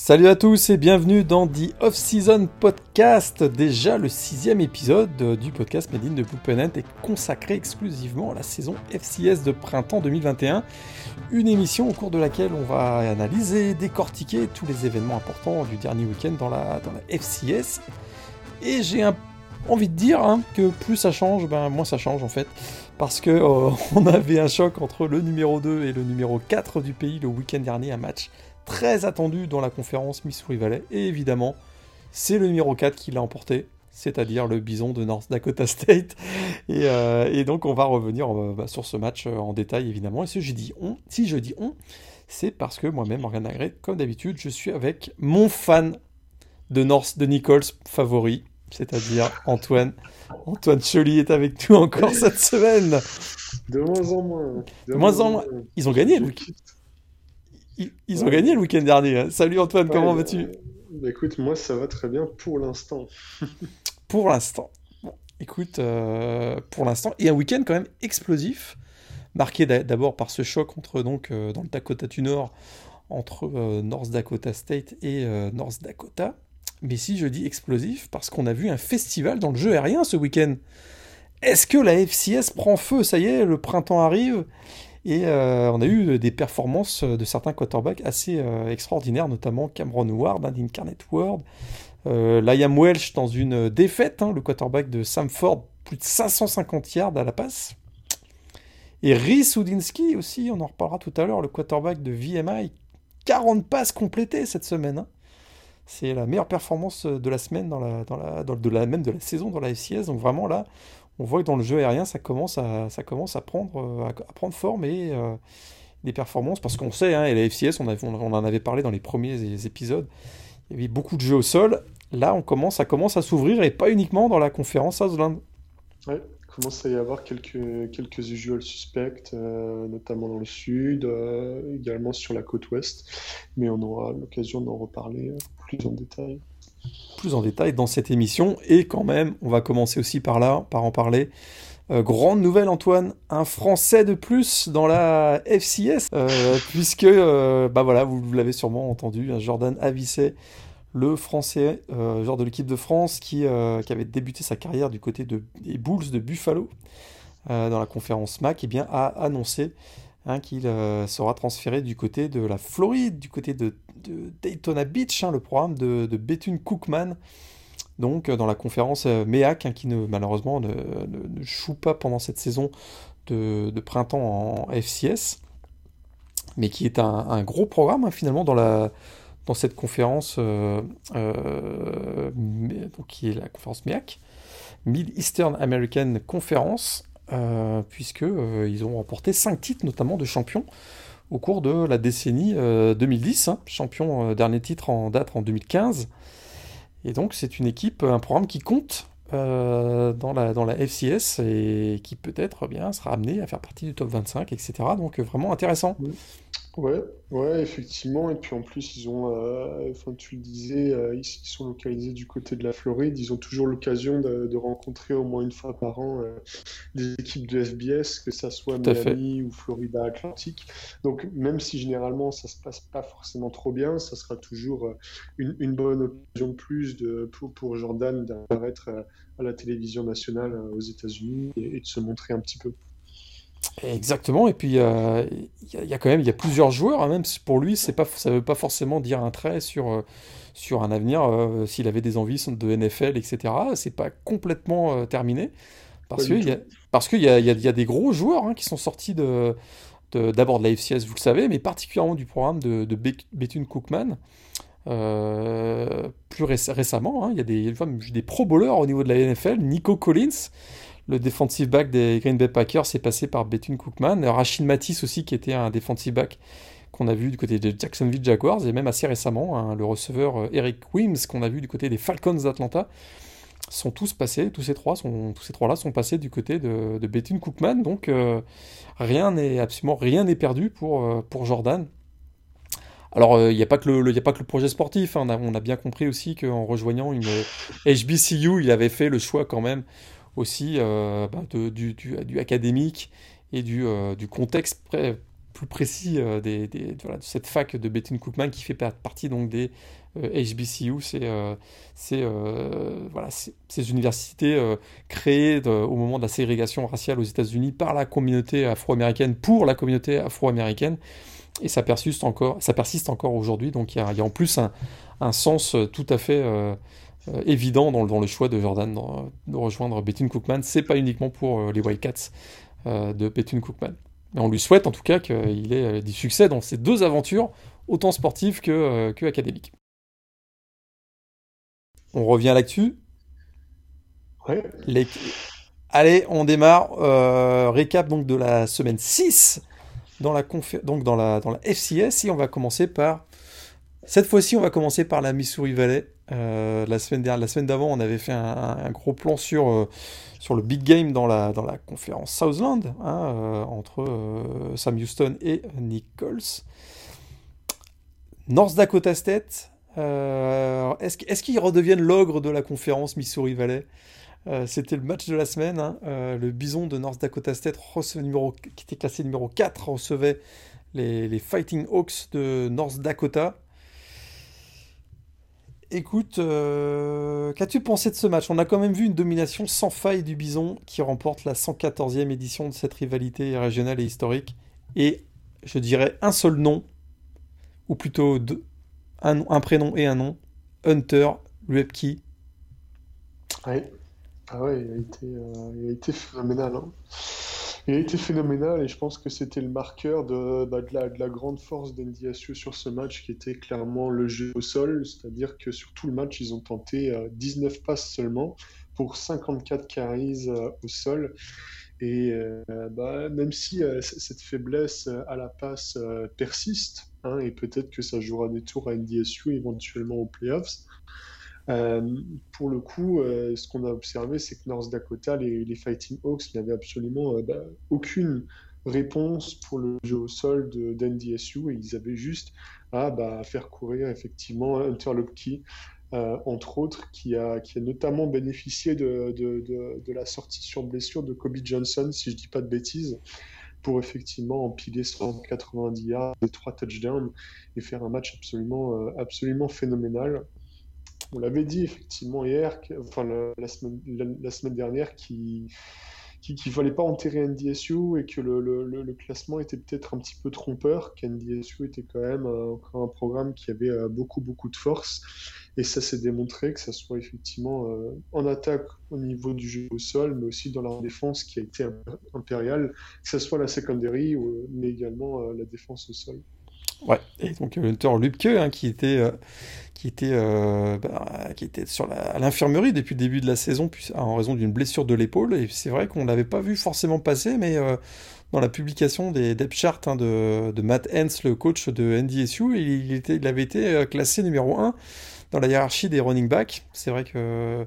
Salut à tous et bienvenue dans The Off-Season Podcast. Déjà le 6e épisode du podcast Made in the Blue Planet est consacré exclusivement à la saison FCS de printemps 2021. Une émission au cours de laquelle on va analyser, décortiquer tous les événements importants du dernier week-end dans la FCS. Et j'ai envie de dire que plus ça change, moins ça change en fait. Parce que on avait un choc entre le numéro 2 et le numéro 4 du pays le week-end dernier, un match très attendu dans la conférence Missouri Valley, et évidemment, c'est le numéro 4 qui l'a emporté, c'est-à-dire le Bison de North Dakota State, et donc on va revenir sur ce match en détail évidemment, et si je dis on, c'est parce que moi-même, Morgan Lagré, comme d'habitude, je suis avec mon fan de Nichols favori, c'est-à-dire Antoine. Antoine Choly est avec nous encore cette semaine. De moins en moins. De moins en moins. Ils ont gagné le week-end. Ils ont gagné le week-end dernier. Salut Antoine, comment vas-tu ? Écoute, moi ça va très bien pour l'instant. Pour l'instant. Bon, écoute, pour l'instant. Et un week-end quand même explosif, marqué d'abord par ce choc dans le Dakota du Nord, entre North Dakota State et North Dakota. Mais si je dis explosif, parce qu'on a vu un festival dans le jeu aérien ce week-end. Est-ce que la FCS prend feu ? Ça y est, le printemps arrive. Et on a eu des performances de certains quarterbacks assez extraordinaires, notamment Cameron Ward, d'Incarnate Word, Liam Welch dans une défaite, le quarterback de Samford, plus de 550 yards à la passe. Et Rhys Udinski aussi, on en reparlera tout à l'heure, le quarterback de VMI, 40 passes complétées cette semaine. C'est la meilleure performance de la semaine, même de la saison dans la FCS. Donc vraiment là, on voit que dans le jeu aérien, ça commence à prendre forme et des performances. Parce qu'on sait, et la FCS, on en avait parlé dans les premiers épisodes, il y avait beaucoup de jeux au sol. Là, ça commence à s'ouvrir et pas uniquement dans la conférence Southland. Ouais, il commence à y avoir quelques usual suspects, notamment dans le sud, également sur la côte ouest. Mais on aura l'occasion d'en reparler plus en détail. Plus en détail dans cette émission, et quand même, on va commencer aussi par en parler. Grande nouvelle Antoine, un Français de plus dans la FCS, puisque, vous l'avez sûrement entendu, Jordan Avicet, le Français, joueur de l'équipe de France, qui avait débuté sa carrière du côté des Bulls de Buffalo, dans la conférence MAC, a annoncé qu'il sera transféré du côté de la Floride, du côté de Daytona Beach, le programme de Bethune-Cookman, donc dans la conférence MEAC, qui malheureusement ne joue pas pendant cette saison de printemps en FCS, mais qui est un gros programme finalement dans cette conférence qui est la conférence MEAC, Mid-Eastern American Conference, puisque ils ont remporté 5 titres notamment de champions au cours de la décennie 2010, champion dernier titre en date en 2015, et donc c'est une équipe, un programme qui compte dans la FCS et qui peut-être sera amené à faire partie du top 25, etc. Donc vraiment intéressant. Ouais, effectivement. Et puis en plus, ils ont, enfin, tu le disais, ils sont localisés du côté de la Floride. Ils ont toujours l'occasion de rencontrer au moins une fois par an des équipes de FBS, que ça soit Tout à fait. Miami ou Florida Atlantic. Donc même si généralement ça se passe pas forcément trop bien, ça sera toujours une bonne occasion de plus pour Jordan d'apparaître à la télévision nationale aux États-Unis et de se montrer un petit peu. Exactement, et puis il y a plusieurs joueurs, même si pour lui, ça veut pas forcément dire un trait sur un avenir, s'il avait des envies de NFL, etc. C'est pas complètement terminé, Pas parce du qu'il y a, tout. il y a des gros joueurs qui sont sortis d'abord de la FCS, vous le savez, mais particulièrement du programme de Bethune-Cookman. Plus récemment, il y a des pro bowlers au niveau de la NFL. Nico Collins, le defensive back des Green Bay Packers, est passé par Bethune-Cookman. Rachid Matisse aussi, qui était un defensive back qu'on a vu du côté des Jacksonville Jaguars, et même assez récemment, le receveur Eric Wims, qu'on a vu du côté des Falcons d'Atlanta, sont tous passés, tous ces trois-là sont passés du côté de Bethune-Cookman. Donc absolument rien n'est perdu pour Jordan. Alors, il n'y a pas que y a pas que le projet sportif, on a bien compris aussi qu'en rejoignant une HBCU, il avait fait le choix quand même aussi du académique et du contexte plus précis de cette fac de Bethune-Cookman, qui fait partie donc des HBCU, voilà, ces universités créées au moment de la ségrégation raciale aux États-Unis par la communauté afro-américaine pour la communauté afro-américaine. Et ça persiste encore aujourd'hui. Donc il y a en plus un sens tout à fait évident dans le choix de Jordan de rejoindre Bethune-Cookman. C'est pas uniquement pour les Wildcats de Bethune-Cookman. Mais on lui souhaite en tout cas qu'il ait du succès dans ces deux aventures, autant sportives que académiques. On revient à l'actu. Ouais. Allez, on démarre. Récap donc de la semaine 6 dans la FCS. Et on va commencer par... Cette fois-ci, on va commencer par la Missouri Valley. La semaine d'avant, on avait fait un gros plan sur le big game dans la conférence Southland, entre Sam Houston et Nichols. North Dakota State, est-ce qu'ils redeviennent l'ogre de la conférence Missouri Valley? C'était le match de la semaine. Le Bison de North Dakota State, qui était classé numéro 4, recevait les Fighting Hawks de North Dakota. Écoute, qu'as-tu pensé de ce match? On a quand même vu une domination sans faille du Bison qui remporte la 114e édition de cette rivalité régionale et historique. Et je dirais un seul nom, ou plutôt un prénom et un nom, Hunter Luepke. Ouais. Ah ouais, il a été phénoménal, hein. Il a été phénoménal et je pense que c'était le marqueur de la grande force d'NDSU sur ce match qui était clairement le jeu au sol, c'est-à-dire que sur tout le match, ils ont tenté 19 passes seulement pour 54 carries au sol. Et même si cette faiblesse à la passe persiste, hein, et peut-être que ça jouera des tours à NDSU éventuellement aux playoffs, pour le coup, ce qu'on a observé, c'est que North Dakota, les Fighting Hawks n'avaient absolument aucune réponse pour le jeu au sol d'NDSU et ils avaient juste à faire courir effectivement Hunter Luepke, entre autres, qui a notamment bénéficié de la sortie sur blessure de Kobe Johnson, si je dis pas de bêtises, pour effectivement empiler 190 yards et 3 touchdowns et faire un match absolument phénoménal. On l'avait dit effectivement hier, enfin la semaine dernière, qu'il fallait pas enterrer NDSU et que le classement était peut-être un petit peu trompeur, qu'NDSU était quand même encore un programme qui avait beaucoup de force. Et ça s'est démontré, que ça soit effectivement en attaque au niveau du jeu au sol, mais aussi dans leur défense qui a été impériale, que ce soit la secondary, mais également la défense au sol. Ouais, et donc Hunter Luepke, qui était à l'infirmerie depuis le début de la saison en raison d'une blessure de l'épaule. Et c'est vrai qu'on ne l'avait pas vu forcément passer, mais dans la publication des depth charts de Matt Hens, le coach de NDSU, il avait été classé numéro 1 dans la hiérarchie des running backs. C'est vrai que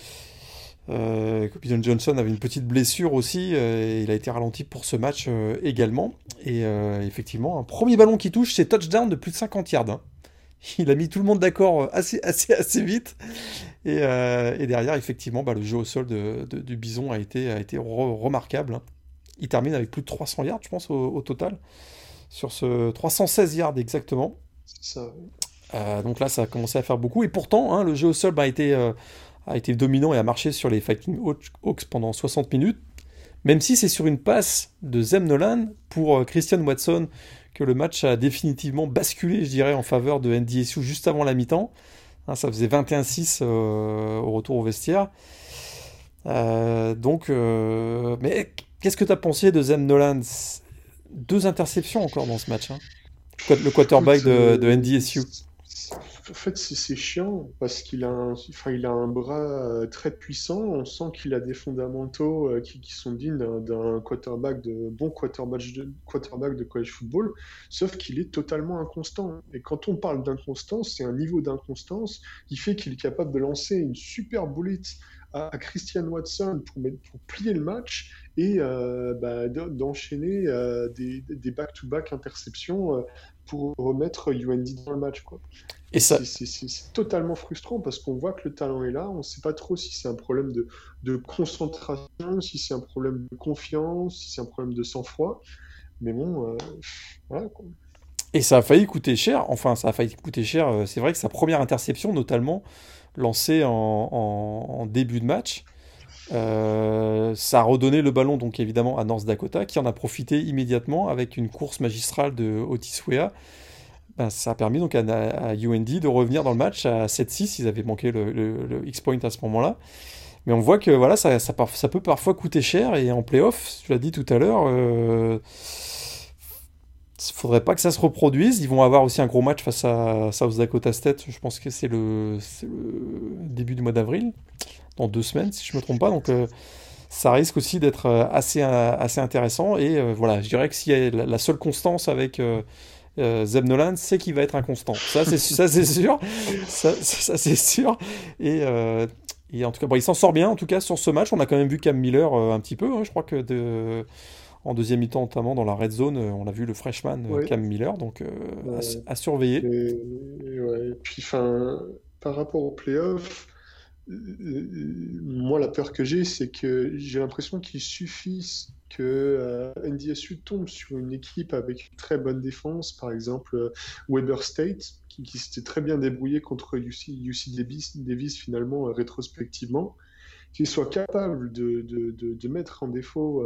Kobe Johnson avait une petite blessure aussi, et il a été ralenti pour ce match également. Et effectivement, un premier ballon qui touche, c'est touchdown de plus de 50 yards. Il a mis tout le monde d'accord assez vite. Et derrière, effectivement, le jeu au sol du Bison a été remarquable. Il termine avec plus de 300 yards, je pense, au total. Sur ce 316 yards exactement. C'est ça. Donc là, ça a commencé à faire beaucoup. Et pourtant, le jeu au sol a été dominant et a marché sur les Fighting Hawks pendant 60 minutes. Même si c'est sur une passe de Zem Nolan pour Christian Watson que le match a définitivement basculé, je dirais, en faveur de NDSU juste avant la mi-temps. Ça faisait 21-6 au retour au vestiaire. Mais qu'est-ce que tu as pensé de Zem Nolan? 2 interceptions encore dans ce match. Le quarterback de NDSU. En fait, c'est chiant parce il a un bras très puissant. On sent qu'il a des fondamentaux qui sont dignes d'un bon quarterback de college football. Sauf qu'il est totalement inconstant. Et quand on parle d'inconstance, c'est un niveau d'inconstance qui fait qu'il est capable de lancer une super boulette à Christian Watson pour plier le match et d'enchaîner des back-to-back interceptions pour remettre UND dans le match, quoi. Et Et ça, c'est totalement frustrant parce qu'on voit que le talent est là. On ne sait pas trop si c'est un problème de concentration, si c'est un problème de confiance, si c'est un problème de sang-froid. Mais bon, voilà, quoi. Et ça a failli coûter cher. Enfin, ça a failli coûter cher. C'est vrai que sa première interception, notamment, lancée en début de match, ça a redonné le ballon, donc évidemment, à North Dakota, qui en a profité immédiatement avec une course magistrale de Otis Weah. Ben, ça a permis donc à UND de revenir dans le match à 7-6. Ils avaient manqué le X-point à ce moment-là. Mais on voit que voilà, ça peut parfois coûter cher. Et en playoff, tu l'as dit tout à l'heure, il faudrait pas que ça se reproduise. Ils vont avoir aussi un gros match face à South Dakota State. Je pense que c'est le début du mois d'avril, dans 2 semaines, si je me trompe pas. Donc ça risque aussi d'être assez intéressant. Et voilà, je dirais que s'il y a la seule constance avec Zeb Nolan, c'est qu'il va être inconstant. Ça c'est sûr. Ça, c'est sûr. Et, euh, et en tout cas, bon, il s'en sort bien. En tout cas, sur ce match, on a quand même vu Cam Miller un petit peu. Hein. Je crois que en deuxième mi-temps, notamment dans la red zone, on a vu le freshman Oui. Cam Miller, donc à surveiller. Et puis, enfin, par rapport aux playoffs, moi, la peur que j'ai, c'est que j'ai l'impression qu'il suffit que NDSU tombe sur une équipe avec une très bonne défense, par exemple Weber State, qui s'était très bien débrouillé contre UC Davis finalement rétrospectivement, qu'il soit capable de mettre en défaut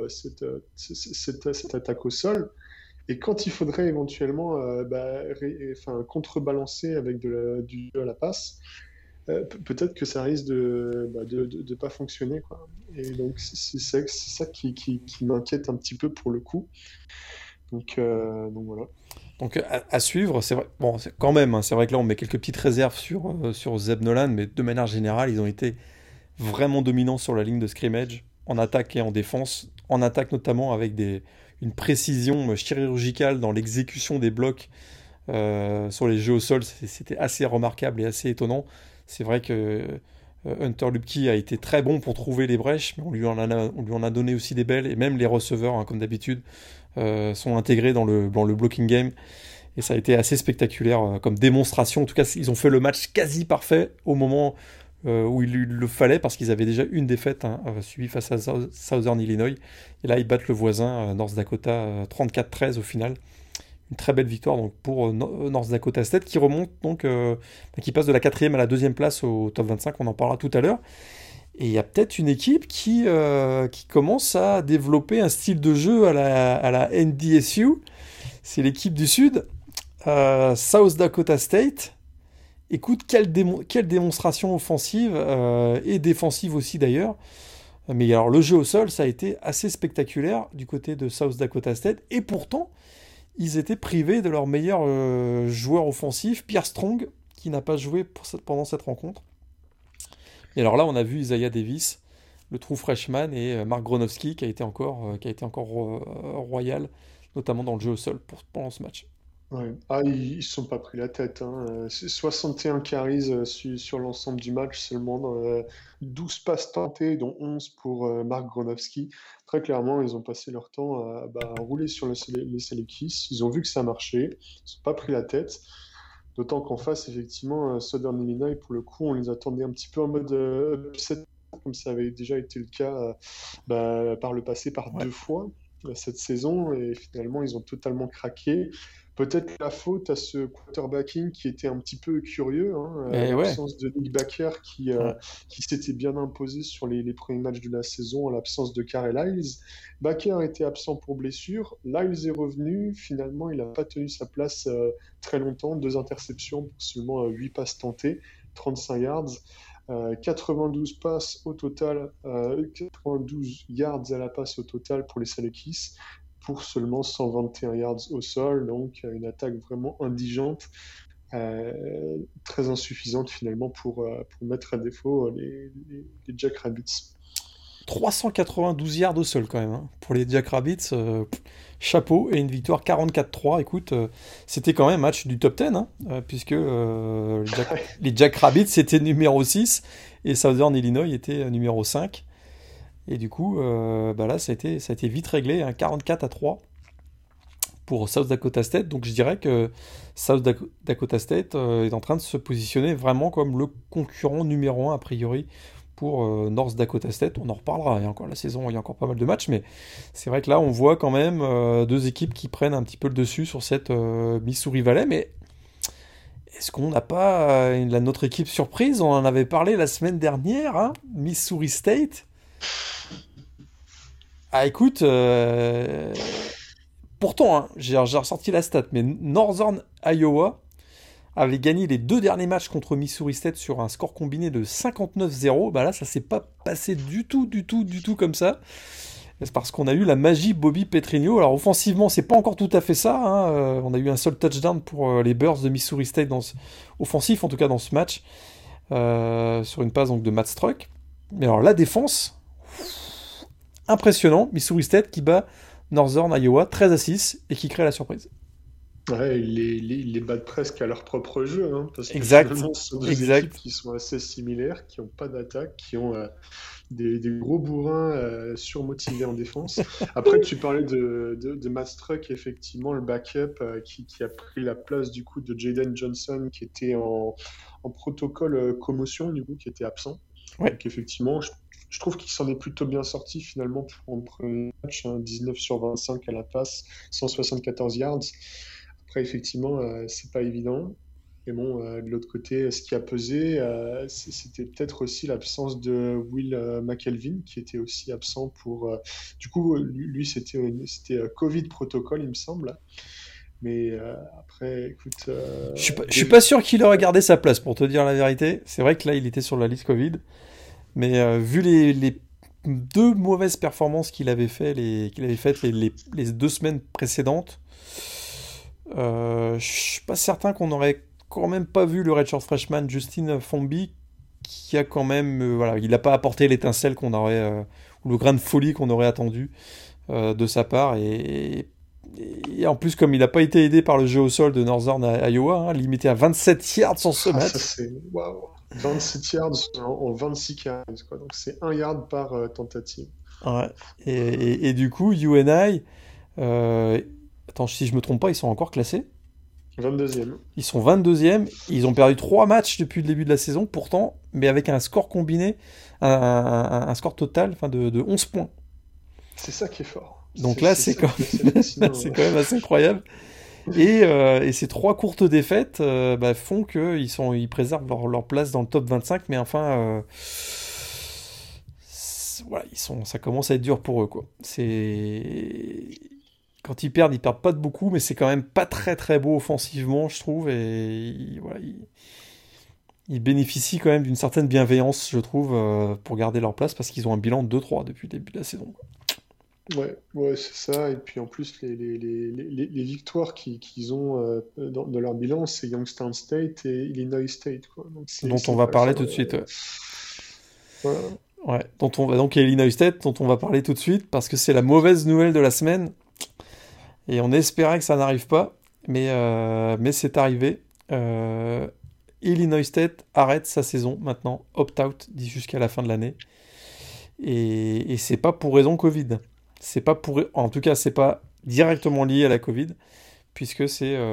cette attaque au sol. Et quand il faudrait éventuellement enfin, contrebalancer avec du jeu à la passe, peut-être que ça risque de pas fonctionner, quoi. Et donc c'est ça qui m'inquiète un petit peu pour le coup. Donc voilà. Donc à suivre, c'est vrai. Bon, quand même, hein, c'est vrai que là on met quelques petites réserves sur Zeb Nolan, mais de manière générale, ils ont été vraiment dominants sur la ligne de scrimmage, en attaque et en défense. En attaque notamment avec une précision chirurgicale dans l'exécution des blocs sur les jeux au sol, c'était assez remarquable et assez étonnant. C'est vrai que Hunter Luepke a été très bon pour trouver les brèches, mais on lui en a donné aussi des belles, et même les receveurs, hein, comme d'habitude, sont intégrés dans le blocking game. Et ça a été assez spectaculaire comme démonstration. En tout cas, ils ont fait le match quasi parfait au moment où il le fallait, parce qu'ils avaient déjà une défaite hein, subie face à Southern Illinois. Et là, ils battent le voisin, North Dakota, 34-13 au final. Une très belle victoire donc, pour North Dakota State, qui remonte donc, qui passe de la 4e à la 2e place au top 25. On en parlera tout à l'heure. Et il y a peut-être une équipe qui commence à développer un style de jeu à la NDSU. C'est l'équipe du Sud, South Dakota State. Écoute, quelle démonstration offensive et défensive aussi d'ailleurs. Mais alors le jeu au sol, ça a été assez spectaculaire du côté de South Dakota State. Et pourtant, ils étaient privés de leur meilleur joueur offensif, Pierre Strong, qui n'a pas joué pendant cette rencontre. Et alors là, on a vu Isaiah Davis, le true freshman, et Mark Gronowski, qui a été encore royal, notamment dans le jeu au sol pendant ce match. Ouais. Ah, ils ne se sont pas pris la tête, hein. C'est 61 carries sur l'ensemble du match seulement, 12 passes tentées, dont 11 pour Mark Gronowski. Très clairement, ils ont passé leur temps à rouler sur les Selekis. Ils ont vu que ça marchait. Ils ne se sont pas pris la tête. D'autant qu'en face, effectivement, Southern Illinois, pour le coup, on les attendait un petit peu en mode upset, comme ça avait déjà été le cas par le passé par Ouais. 2 fois cette saison. Et finalement, ils ont totalement craqué. Peut-être la faute à ce quarterbacking qui était un petit peu curieux, hein, Et ouais, l'absence de Nick Baker ouais. qui s'était bien imposé sur les premiers matchs de la saison en l'absence de Karel Hiles. Baker était absent pour blessure. Lyles est revenu. Finalement, il n'a pas tenu sa place très longtemps. 2 interceptions pour seulement 8 passes tentées, 35 yards. 92 passes au total, 92 yards à la passe au total pour les Salekis, pour seulement 121 yards au sol, donc une attaque vraiment indigente, très insuffisante finalement pour mettre à défaut les Jackrabbits. 392 yards au sol quand même, hein. Pour les Jackrabbits, chapeau, et une victoire 44-3. Écoute, c'était quand même un match du top 10, hein, puisque les Jackrabbits c'était numéro 6 et Southern Illinois était numéro 5. Et du coup, bah là, ça a été vite réglé, hein, 44-3 pour South Dakota State. Donc je dirais que Dakota State est en train de se positionner vraiment comme le concurrent numéro 1 a priori pour North Dakota State. On en reparlera, il y a encore la saison, il y a encore pas mal de matchs, mais c'est vrai que là, on voit quand même deux équipes qui prennent un petit peu le dessus sur cette Missouri Valley, mais est-ce qu'on n'a pas notre équipe surprise? On en avait parlé la semaine dernière, hein, Missouri State. Ah écoute, pourtant, hein, j'ai ressorti la stat, mais Northern Iowa avait gagné les 2 derniers matchs contre Missouri State sur un score combiné de 59-0. Bah là, ça s'est pas passé du tout comme ça. C'est parce qu'on a eu la magie Bobby Petrino. Alors offensivement, c'est pas encore tout à fait ça, hein. On a eu un seul touchdown pour les Bears de Missouri State offensif, en tout cas dans ce match, sur une passe donc de Matt Struck. Mais alors la défense, impressionnant. Missouri State qui bat Northern Iowa 13-6 et qui crée la surprise. Ouais, ils les battent presque à leur propre jeu, hein, parce que Exact, finalement, ce sont deux exact. équipes qui sont assez similaires, qui n'ont pas d'attaque, qui ont des gros bourrins surmotivés en défense. Après, tu parlais de Matt Struck, effectivement, le backup qui a pris la place du coup de Jaden Johnson, qui était en protocole commotion, du coup, qui était absent. Ouais. Donc effectivement, je trouve qu'il s'en est plutôt bien sorti finalement pour un premier match, hein, 19 sur 25 à la passe, 174 yards. Après, effectivement, c'est pas évident. Et bon, de l'autre côté, ce qui a pesé, c'était peut-être aussi l'absence de Will McElvin, qui était aussi absent pour. Du coup, lui, c'était Covid protocole, il me semble. Mais après, écoute. Je suis pas sûr qu'il aurait gardé sa place, pour te dire la vérité. C'est vrai que là, il était sur la liste Covid. Mais vu les 2 mauvaises performances qu'il avait faites les 2 semaines précédentes, je suis pas certain qu'on aurait quand même pas vu le redshirt freshman Justin Fomby, qui a quand même, voilà, il n'a pas apporté l'étincelle qu'on aurait, ou le grain de folie qu'on aurait attendu de sa part. Et en plus, comme il n'a pas été aidé par le jeu au sol de Northern Iowa, hein, limité à 27 yards sur ce match. Ça, c'est waouh. 27 yards en 26 carries, quoi. Donc c'est 1 yard par tentative. Ouais. Et du coup, UNI, attends, si je me trompe pas, ils sont encore classés. 22e. Ils sont 22e. Ils ont perdu 3 matchs depuis le début de la saison, pourtant, mais avec un score combiné, un score total de 11 points. C'est ça qui est fort. Donc là, c'est quand même assez incroyable. Et ces 3 courtes défaites font qu'ils préservent leur place dans le top 25, mais enfin, voilà, ça commence à être dur pour eux, quoi. Quand ils perdent pas de beaucoup, mais c'est quand même pas très très beau offensivement, je trouve, et voilà, ils bénéficient quand même d'une certaine bienveillance, je trouve, pour garder leur place, parce qu'ils ont un bilan de 2-3 depuis le début de la saison, quoi. Ouais, c'est ça. Et puis en plus, les victoires qu'ils ont dans leur bilan, c'est Youngstown State et Illinois State, quoi. Donc Dont c'est on va pas parler genre, tout de suite. voilà. Ouais, donc Illinois State, dont on va parler tout de suite, parce que c'est la mauvaise nouvelle de la semaine. Et on espérait que ça n'arrive pas, mais c'est arrivé. Illinois State arrête sa saison maintenant, opt-out jusqu'à la fin de l'année. Et c'est pas pour raison Covid. En tout cas, c'est pas directement lié à la Covid, puisque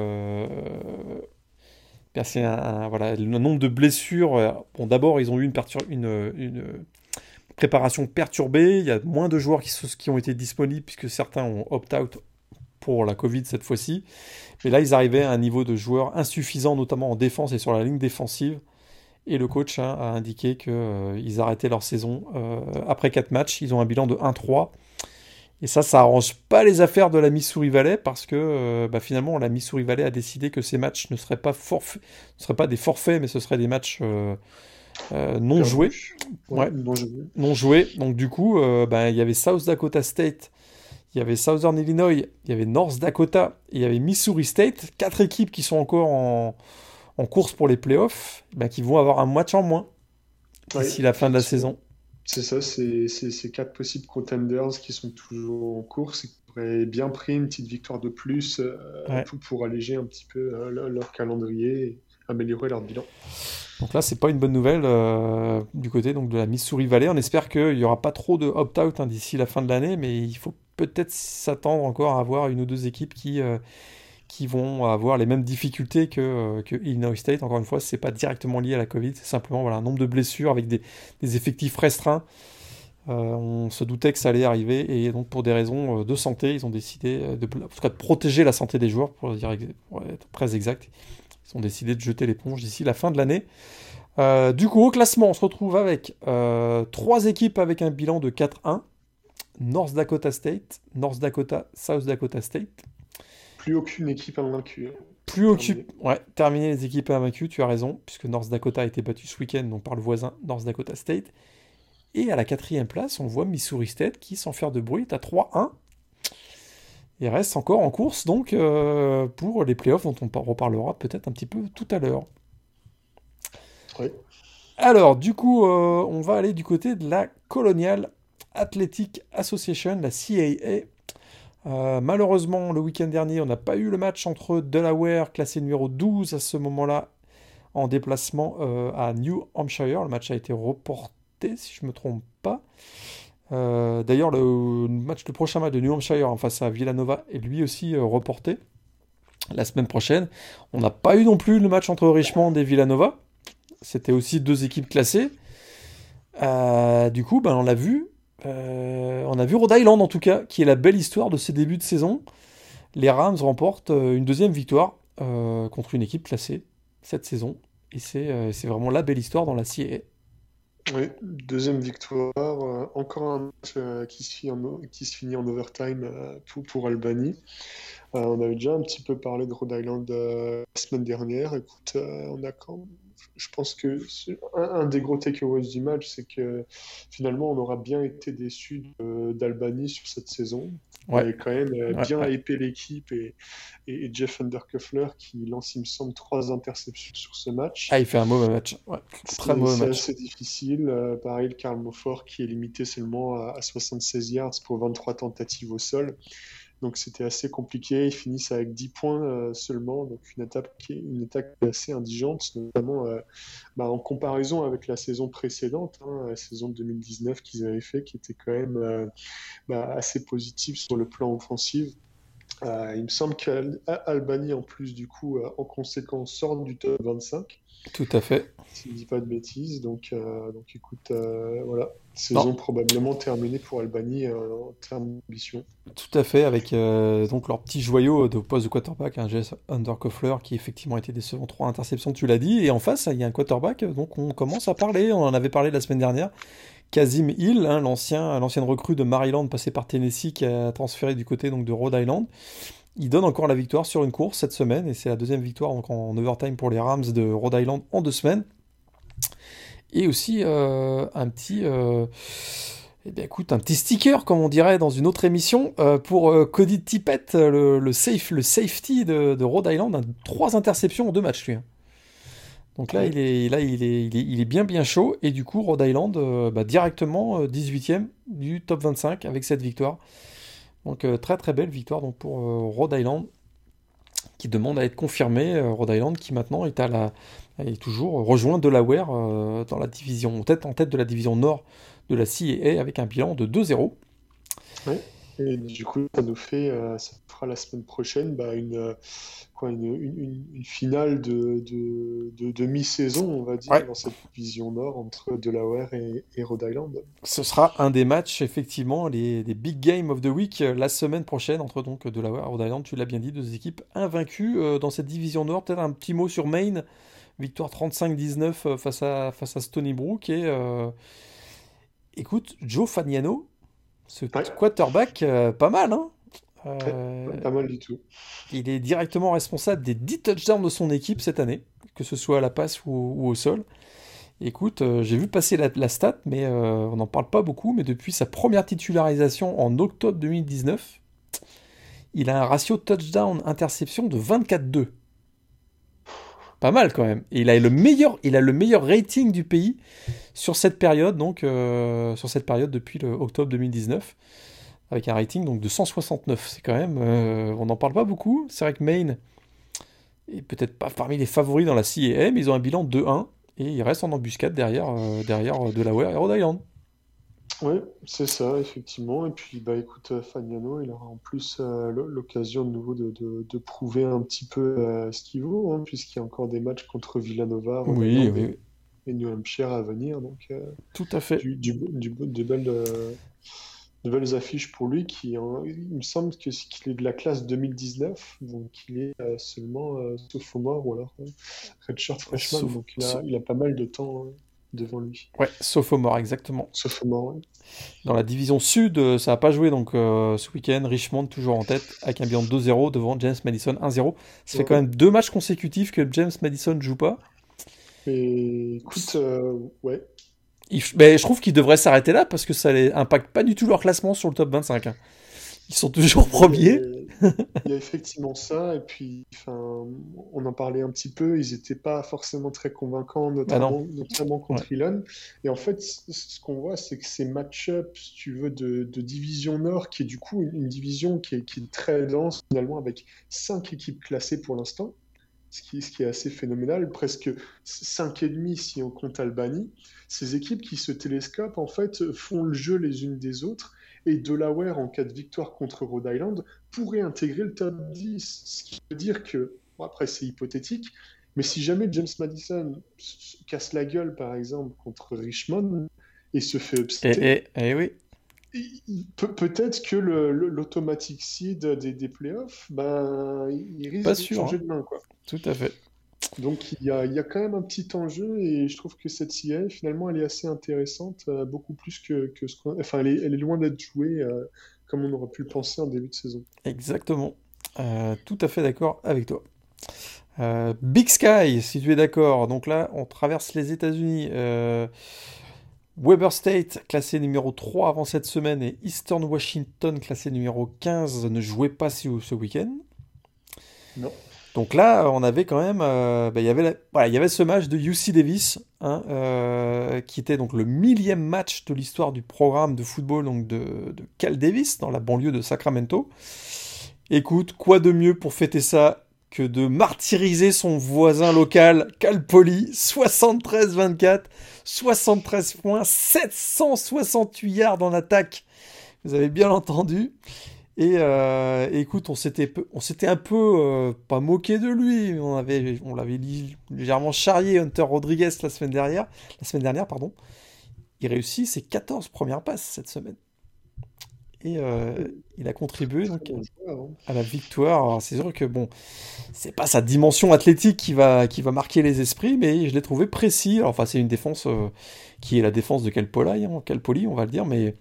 voilà, le nombre de blessures. Bon, d'abord, ils ont eu une préparation perturbée. Il y a moins de joueurs qui ont été disponibles, puisque certains ont opt-out pour la Covid cette fois-ci. Mais là, ils arrivaient à un niveau de joueurs insuffisant, notamment en défense et sur la ligne défensive. Et le coach a indiqué qu'ils arrêtaient leur saison après 4 matchs. Ils ont un bilan de 1-3. Et ça arrange pas les affaires de la Missouri Valley, parce que finalement, la Missouri Valley a décidé que ces matchs ne seraient pas des forfaits, mais ce seraient des matchs non joués. Ouais, non joués. Donc du coup, il y avait South Dakota State, il y avait Southern Illinois, il y avait North Dakota, et il y avait Missouri State. 4 équipes qui sont encore en course pour les playoffs, qui vont avoir un match en moins d'ici la fin de la saison. C'est ça, c'est 4 possibles contenders qui sont toujours en course et qui auraient bien pris une petite victoire de plus pour alléger un petit peu leur calendrier et améliorer leur bilan. Donc là, c'est pas une bonne nouvelle du côté donc, de la Missouri Valley. On espère qu'il n'y aura pas trop de opt-out d'ici la fin de l'année, mais il faut peut-être s'attendre encore à avoir une ou deux équipes qui qui vont avoir les mêmes difficultés que Illinois State. Encore une fois, c'est pas directement lié à la Covid, c'est simplement voilà, un nombre de blessures avec des effectifs restreints. On se doutait que ça allait arriver, et donc pour des raisons de santé, ils ont décidé en tout cas, de protéger la santé des joueurs, pour être très exact. Ils ont décidé de jeter l'éponge d'ici la fin de l'année. Du coup, au classement, on se retrouve avec 3 équipes avec un bilan de 4-1. North Dakota State, North Dakota, South Dakota State. Plus aucune équipe invaincue. Terminé les équipes invaincues, tu as raison, puisque North Dakota a été battu ce week-end donc par le voisin North Dakota State. Et à la 4e place, on voit Missouri State qui, sans faire de bruit, est à 3-1. Et reste encore en course donc pour les playoffs dont on reparlera peut-être un petit peu tout à l'heure. Oui. Alors, du coup, on va aller du côté de la Colonial Athletic Association, la CAA. Malheureusement, le week-end dernier, on n'a pas eu le match entre Delaware, classé numéro 12 à ce moment-là, en déplacement à New Hampshire. Le match a été reporté, si je ne me trompe pas. D'ailleurs, le prochain match de New Hampshire face à Villanova est lui aussi reporté la semaine prochaine. On n'a pas eu non plus le match entre Richmond et Villanova. C'était aussi 2 équipes classées. Du coup, on l'a vu. On a vu Rhode Island, en tout cas, qui est la belle histoire de ces débuts de saison. Les Rams remportent une 2e victoire contre une équipe classée cette saison. Et c'est vraiment la belle histoire dans la CAA. Oui, 2e victoire. Encore un match qui se finit en overtime pour Albany. On avait déjà un petit peu parlé de Rhode Island la semaine dernière. Écoute, je pense que un des gros takeaways du match, c'est que finalement, on aura bien été déçus d'Albany sur cette saison. On avait quand même bien hypé l'équipe et Jeff Undercuffler qui lance, il me semble, 3 interceptions sur ce match. Il fait un mauvais match. Très mauvais match. C'est assez difficile. Pareil, le Karl Mofford qui est limité seulement à 76 yards pour 23 tentatives au sol. Donc c'était assez compliqué. Ils finissent avec 10 points seulement. Donc une attaque assez indigente, notamment en comparaison avec la saison précédente, la saison de 2019 qu'ils avaient fait, qui était quand même assez positive sur le plan offensif. Il me semble qu'Albany, en plus, du coup, en conséquence, sort du top 25. Tout à fait. Si je ne dis pas de bêtises. Donc écoute, voilà. Saison probablement terminée pour Albany en termes d'ambition. Tout à fait, avec donc leur petit joyau de poste de quarterback, Jeff Undercuffler, qui effectivement était décevant, 3 interceptions, tu l'as dit. Et en face, il y a un quarterback, donc on commence à parler. On en avait parlé la semaine dernière. Kazim Hill, l'ancienne recrue de Maryland, passé par Tennessee, qui a transféré du côté donc, de Rhode Island. Il donne encore la victoire sur une course cette semaine, et c'est la 2e victoire donc, en overtime pour les Rams de Rhode Island en 2 semaines. Et aussi un petit sticker, comme on dirait dans une autre émission, pour Cody Tippett, le safety de Rhode Island, 3 interceptions en 2 matchs, lui. Donc là, il est bien chaud, et du coup, Rhode Island, directement 18e du top 25 avec cette victoire. Donc très très belle victoire donc, pour Rhode Island, qui demande à être confirmé. Rhode Island qui maintenant est toujours rejoint Delaware dans la division, en tête de la division nord de la CAA avec un bilan de 2-0. Oui. Et du coup, ça fera la semaine prochaine une finale de mi-saison, on va dire, dans cette division nord entre Delaware et Rhode Island. Ce sera un des matchs, effectivement, des big game of the week la semaine prochaine entre donc Delaware et Rhode Island. Tu l'as bien dit, 2 équipes invaincues dans cette division nord. Peut-être un petit mot sur Maine, victoire 35-19 face à Stony Brook. Et écoute, Joe Fagnano, ce quarterback, pas mal, hein. Pas mal du tout. Il est directement responsable des 10 touchdowns de son équipe cette année, que ce soit à la passe ou au sol. Écoute, j'ai vu passer la stat, mais on n'en parle pas beaucoup, mais depuis sa première titularisation en octobre 2019, il a un ratio touchdown-interception de 24-2. Pas mal quand même. Et il a le meilleur rating du pays sur cette période, depuis le octobre 2019, avec un rating donc de 169. C'est quand même, on n'en parle pas beaucoup. C'est vrai que Maine est peut-être pas parmi les favoris dans la CAA, mais ils ont un bilan de 2-1 et ils restent en embuscade derrière Delaware et Rhode Island. Ouais, c'est ça, effectivement. Et puis, bah, écoute, Fagnano, il aura en plus l'occasion de nouveau de prouver un petit peu ce qu'il vaut, hein, puisqu'il y a encore des matchs contre Villanova, Rhode Oui, Island oui, et New Hampshire à venir. Donc, tout à fait. de belles affiches pour lui. Il me semble qu'il est de la classe 2019, donc il est seulement sophomore ou alors redshirt freshman. Sauf, Donc, il a pas mal de temps devant lui. ouais, sophomore, exactement. Sophomore, ouais. Dans la division sud, ça n'a pas joué donc ce week-end. Richmond toujours en tête avec un bilan de 2-0 devant James Madison 1-0. Ça fait quand Ouais. même 2 matchs consécutifs que James Madison ne joue pas. Et écoute, ouais. Mais je trouve qu'ils devraient s'arrêter là parce que ça n'impacte pas du tout leur classement sur le top 25, hein. Ils sont toujours Il y premiers. a, il y a effectivement ça, et puis enfin, on en parlait un petit peu, ils n'étaient pas forcément très convaincants, Bah non. notamment Ouais. contre Elon. Et en fait, ce qu'on voit, c'est que ces match-ups, si tu veux, de division Nord, qui est du coup une division qui est très dense finalement, avec 5 équipes classées pour l'instant, ce qui est assez phénoménal, presque 5,5 si on compte Albanie. Ces équipes qui se télescopent, en fait, font le jeu les unes des autres, et Delaware, en cas de victoire contre Rhode Island, pourrait intégrer le top 10. Ce qui veut dire que, bon, après c'est hypothétique, mais si jamais James Madison casse la gueule, par exemple, contre Richmond et se fait upsetter, Oui, peut-être que l'automatic seed des playoffs, ben, il pas risque de sûr, hein. changer de main, quoi. Tout à fait. Donc il y a quand même un petit enjeu et je trouve que cette CIA finalement elle est assez intéressante, beaucoup plus que ce qu'on... Enfin elle est loin d'être jouée comme on aurait pu le penser en début de saison. Exactement. Tout à fait d'accord avec toi. Big Sky, si tu es d'accord. Donc là, on traverse les États-Unis. Weber State, classé numéro 3 avant cette semaine, et Eastern Washington, classé numéro 15, ne jouaient pas ce week-end. Non. Donc là, on avait quand même, il y avait voilà, il y avait ce match de UC Davis, hein, qui était donc le 1000e match de l'histoire du programme de football donc de Cal Davis, dans la banlieue de Sacramento. Écoute, quoi de mieux pour fêter ça que de martyriser son voisin local, Cal Poly, 73-24, 73 points, 768 yards en attaque. Vous avez bien entendu. Et écoute, on s'était un peu pas moqué de lui, mais on l'avait légèrement charrié Hunter Rodriguez la semaine dernière, pardon. Il réussit ses 14 premières passes cette semaine. Et il a contribué Très donc bon joueur, hein. à la victoire. Alors, c'est sûr que bon, c'est pas sa dimension athlétique qui va marquer les esprits, mais je l'ai trouvé précis. Alors, enfin, c'est une défense qui est la défense de Cal Poly, hein, Cal Poly, on va le dire, mais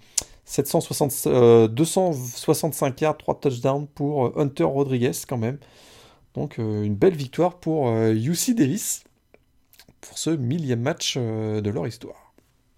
265 yards, 3 touchdowns pour Hunter Rodriguez quand même. Donc une belle victoire pour UC Davis pour ce 1000e match de leur histoire.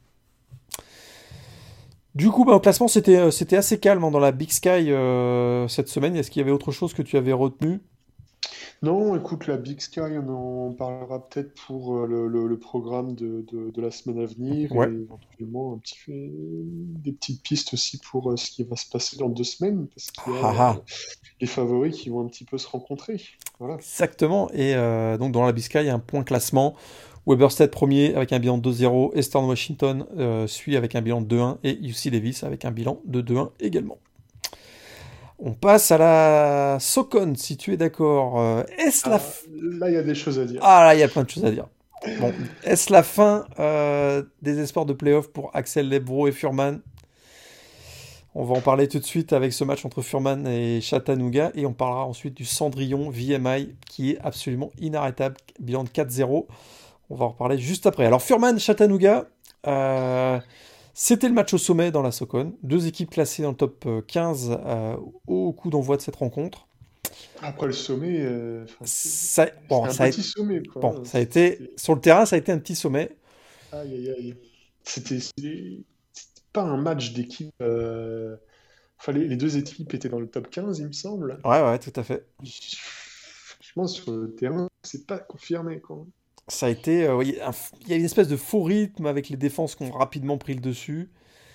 Du coup, au classement, c'était assez calme, hein, dans la Big Sky cette semaine. Est-ce qu'il y avait autre chose que tu avais retenu? Non, écoute, la Big Sky, on en parlera peut-être pour le programme de la semaine à venir et Ouais, éventuellement des petites pistes aussi pour ce qui va se passer dans 2 semaines, parce qu'il y a ah, ah, les favoris qui vont un petit peu se rencontrer. Voilà. exactement. Et donc dans la Big Sky, il y a un point classement. Weber State premier avec un bilan de 2-0. Eastern Washington suit avec un bilan de 2-1. Et UC Davis avec un bilan de 2-1 également. On passe à la Socon, si tu es d'accord. Est-ce la... Ah, là, il y a des choses à dire. Ah là, il y a plein de choses à dire. Bon, est-ce la fin des espoirs de playoff pour Axel Lebro et Furman? On va en parler tout de suite avec ce match entre Furman et Chattanooga. Et on parlera ensuite du Cendrillon VMI qui est absolument inarrêtable. Bilan de 4-0. On va en reparler juste après. Alors Furman-Chattanooga, c'était le match au sommet dans la Socon. Deux équipes classées dans le top 15 au coup d'envoi de cette rencontre. Après le sommet, enfin, Ça, c'était bon, un ça a, petit sommet, quoi, bon, hein. ça a été sur le terrain, ça a été un petit sommet. Aïe, aïe, aïe. C'était pas un match d'équipe. Enfin, les 2 équipes étaient dans le top 15, il me semble. Ouais, ouais, tout à fait. Franchement, sur le terrain, c'est pas confirmé, quoi. Ça a été, oui, il y a une espèce de faux rythme avec les défenses qui ont rapidement pris le dessus.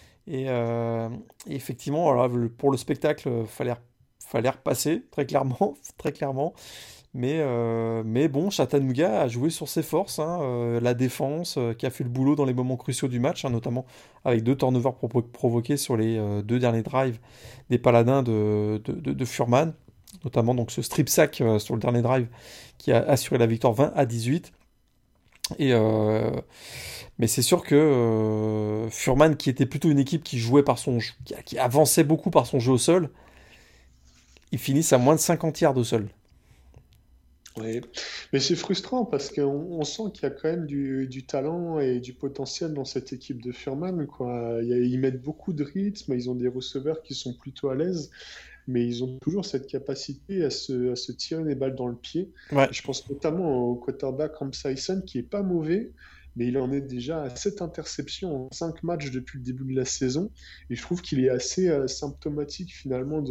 Et effectivement, alors, pour le spectacle, fallait repasser très clairement, très clairement. Mais bon, Chattanooga a joué sur ses forces, hein, la défense qui a fait le boulot dans les moments cruciaux du match, hein, notamment avec 2 turnovers provoqués sur les 2 derniers drives des Paladins de Furman, notamment donc ce strip sack sur le dernier drive qui a assuré la victoire 20-18. Et, mais c'est sûr que Furman, qui était plutôt une équipe qui jouait qui avançait beaucoup par son jeu au sol, ils finissent à moins de 50 yards au sol. Oui, mais c'est frustrant parce qu'on sent qu'il y a quand même du talent et du potentiel dans cette équipe de Furman, quoi. Ils mettent beaucoup de rythme, ils ont des receveurs qui sont plutôt à l'aise, mais ils ont toujours cette capacité à se tirer les balles dans le pied. Ouais. Et je pense notamment au quarterback Cam Sison, qui est pas mauvais, mais il en est déjà à 7 interceptions en 5 matchs depuis le début de la saison. Et je trouve qu'il est assez symptomatique finalement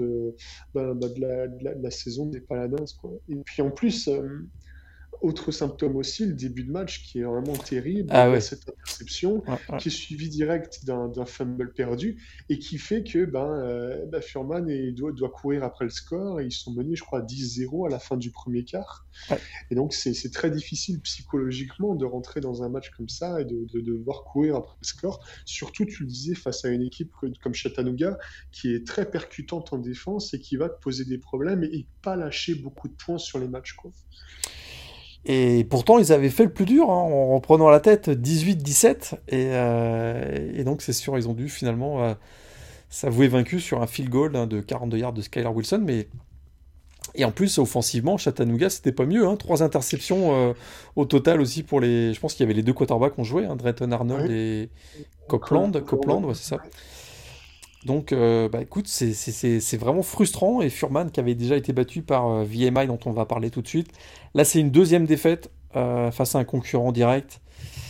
de la saison des Paladins, quoi. Et puis en plus, autre symptôme aussi, le début de match qui est vraiment terrible. Ah Il y a ouais. cette interception Ouais, ouais. qui est suivie direct d'un fumble perdu et qui fait que Furman doit courir après le score et ils sont menés, je crois, 10-0 à la fin du premier quart. Ouais. Et donc, c'est très difficile psychologiquement de rentrer dans un match comme ça et de devoir courir après le score. Surtout, tu le disais, face à une équipe comme Chattanooga qui est très percutante en défense et qui va te poser des problèmes et pas lâcher beaucoup de points sur les matchs, quoi. Et pourtant, ils avaient fait le plus dur, hein, en reprenant la tête 18-17. Et donc, c'est sûr, ils ont dû finalement s'avouer vaincus sur un field goal, hein, de 42 yards de Skylar Wilson. Et en plus, offensivement, Chattanooga, c'était pas mieux, hein. 3 interceptions au total aussi pour les. Je pense qu'il y avait les 2 quarterbacks qui ont joué, hein, Drayton Arnold Oui, et Copeland, ouais, c'est ça. ouais. Donc, bah écoute, c'est vraiment frustrant. Et Furman, qui avait déjà été battu par VMI, dont on va parler tout de suite. Là, c'est une deuxième défaite face à un concurrent direct.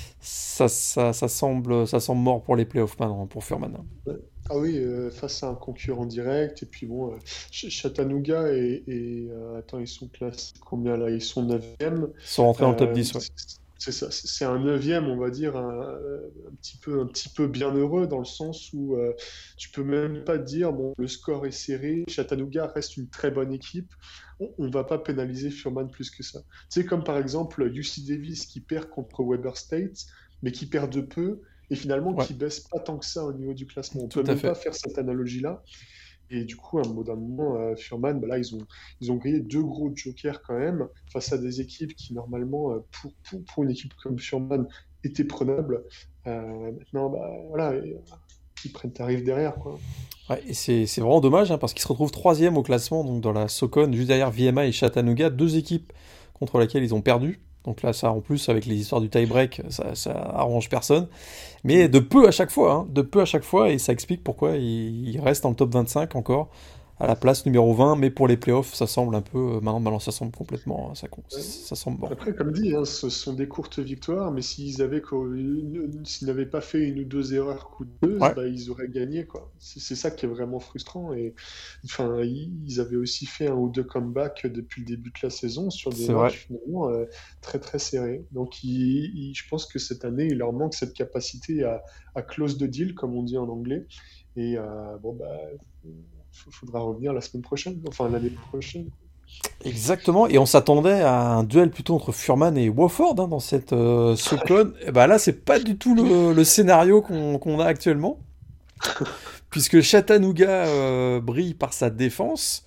Ça semble mort pour les playoffs maintenant, pour Furman, hein. Ouais. Ah oui, face à un concurrent direct. Et puis bon, Chattanooga attends, ils sont classés combien là? Ils sont 9e. Ils sont rentrés dans le top Euh, 10, ouais. c'est ça, c'est un 9e, on va dire, un petit peu bien heureux dans le sens où tu peux même pas te dire, bon, le score est serré, Chattanooga reste une très bonne équipe, on va pas pénaliser Furman plus que ça. Tu sais, comme par exemple UC Davis qui perd contre Weber State, mais qui perd de peu, et finalement Ouais, qui baisse pas tant que ça au niveau du classement. On tout peut à même pas fait. faire cette analogie-là. Et du coup, à un d'un moment, Furman, bah là, ils ont grillé 2 gros jokers quand même face à des équipes qui, normalement, pour une équipe comme Furman, étaient prenables. Maintenant, bah, voilà, ils prennent tarif derrière, quoi. Ouais, et c'est vraiment dommage, hein, parce qu'ils se retrouvent troisième au classement, donc dans la SoCon, juste derrière VMA et Chattanooga, 2 équipes contre lesquelles ils ont perdu. Donc là, ça, en plus, avec les histoires du tie-break, ça arrange personne. Mais Mm. de peu à chaque fois, hein, de peu à chaque fois, et ça explique pourquoi il reste dans le top 25 encore, à la place numéro 20. Mais pour les playoffs, ça semble un peu. Maintenant, ça semble complètement. Ça semble mort. Après, comme dit, hein, ce sont des courtes victoires, mais s'ils n'avaient pas fait 1 ou 2 erreurs coûteuses, Ouais, bah, ils auraient gagné, quoi. C'est ça qui est vraiment frustrant. Et enfin, ils avaient aussi fait 1 ou 2 comebacks depuis le début de la saison sur des c'est vrai. matchs finalement très très serrés. Donc, je pense que cette année, il leur manque cette capacité à close the deal, comme on dit en anglais. Et bon, bah, faudra revenir la semaine prochaine, enfin l'année prochaine. Exactement, et on s'attendait à un duel plutôt entre Furman et Wofford, hein, dans cette SoCon. Et bah là, c'est pas du tout le scénario qu'on a actuellement, puisque Chattanooga brille par sa défense,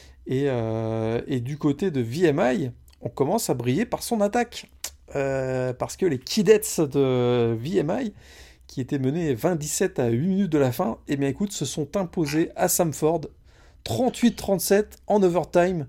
et du côté de VMI, on commence à briller par son attaque. Parce que les Kidettes de VMI, qui étaient menés 27 à 8 minutes de la fin, eh bien écoute, se sont imposés à Samford 38-37 en overtime.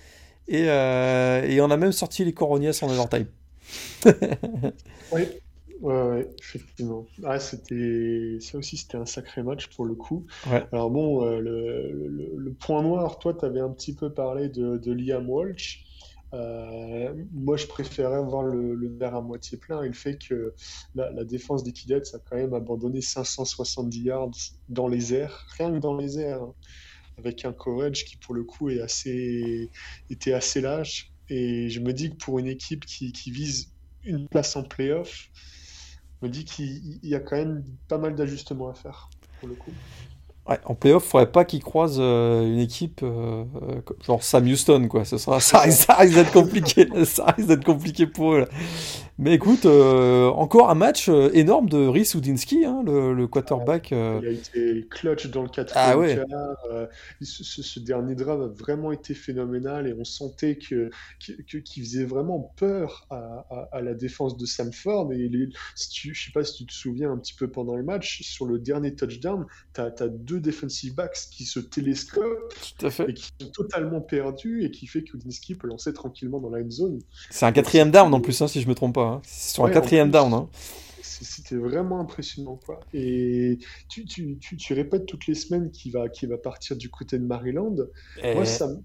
Et on a même sorti les Coronias en overtime. Oui, ouais, ouais, effectivement. Ah, ça aussi, c'était un sacré match pour le coup. Ouais, Alors bon, le point noir, toi, tu avais un petit peu parlé de Liam Walsh. Moi, je préférais voir le verre à moitié plein et le fait que la défense des Kidets a quand même abandonné 570 yards dans les airs, rien que dans les airs, hein, avec un coverage qui, pour le coup, était assez lâche. Et je me dis que pour une équipe qui vise une place en playoff, je me dis qu'il y a quand même pas mal d'ajustements à faire, pour le coup. Ouais, en playoff, faudrait pas qu'ils croisent une équipe genre Sam Houston, quoi. Ça risque, ça risque d'être compliqué. Ça risque d'être compliqué pour eux, là. Mais écoute, encore un match énorme de Rhys Houdinski, hein, le quarterback. Il a été clutch dans le Ah quatrième ouais, quart. Ce dernier drive a vraiment été phénoménal et on sentait qu'il faisait vraiment peur à la défense de Samford. Je sais pas si tu te souviens un petit peu pendant le match, sur le dernier touchdown, tu as deux defensive backs qui se télescopent tout à fait. et qui sont totalement perdus et qui fait que Houdinski peut lancer tranquillement dans la end zone. C'est un Donc quatrième down en plus, hein, si je me trompe pas, hein. C'est sur un ouais, en quatrième down, plus, hein. c'était vraiment impressionnant, quoi. Et tu répètes toutes les semaines qu'il va partir du côté de Maryland. Moi, Et... ça me...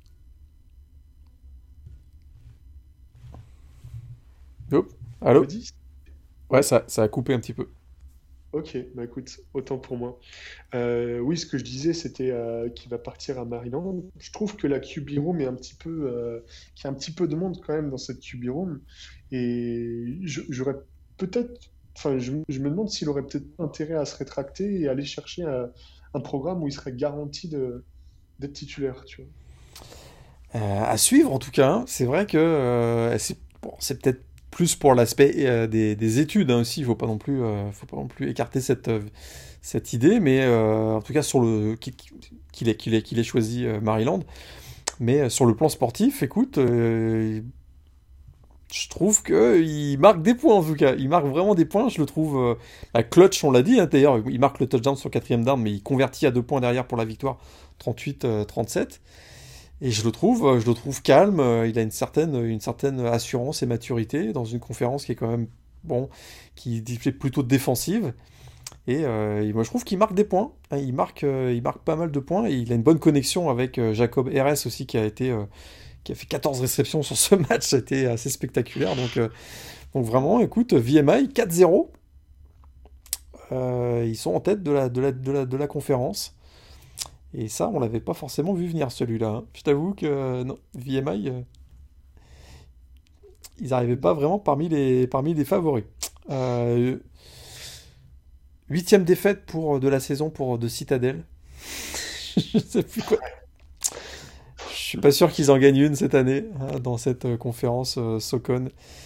Oh, Tu me allô? dis? Ouais, Ouais, ça a coupé un petit peu. ok, bah écoute, autant pour moi. Oui, ce que je disais, c'était qu'il va partir à Maryland. Je trouve que la QB room est un petit peu... qu'il y a un petit peu de monde quand même dans cette QB room. Et j'aurais peut-être... Enfin, je me demande s'il aurait peut-être pas intérêt à se rétracter et aller chercher un programme où il serait garanti d'être titulaire, tu vois. À suivre en tout cas, hein. C'est vrai que c'est bon, c'est peut-être plus pour l'aspect des études, hein, aussi. Faut pas non plus écarter cette idée, mais en tout cas sur le qu'il ait choisi Maryland. Mais sur le plan sportif, écoute, je trouve que il marque des points en tout cas. Il marque vraiment des points. Je le trouve clutch, on l'a dit, hein. D'ailleurs, il marque le touchdown sur quatrième down, mais il convertit à 2 points derrière pour la victoire, 38-37. Et je le trouve calme. Il a une certaine assurance et maturité dans une conférence qui est quand même bon, qui est plutôt défensive. Et moi, je trouve qu'il marque des points, hein. Il marque pas mal de points. Et il a une bonne connexion avec Jacob RS aussi, qui a fait 14 réceptions sur ce match. C'était assez spectaculaire. Donc vraiment, écoute, VMI 4-0. Ils sont en tête de la conférence. Et ça, on l'avait pas forcément vu venir celui-là, hein. Je t'avoue que non, VMI, ils n'arrivaient pas vraiment parmi les favoris. Euh, Huitième défaite de la saison pour de Citadel. Je sais plus quoi. Je suis pas sûr qu'ils en gagnent une cette année, hein, dans cette conférence Socon.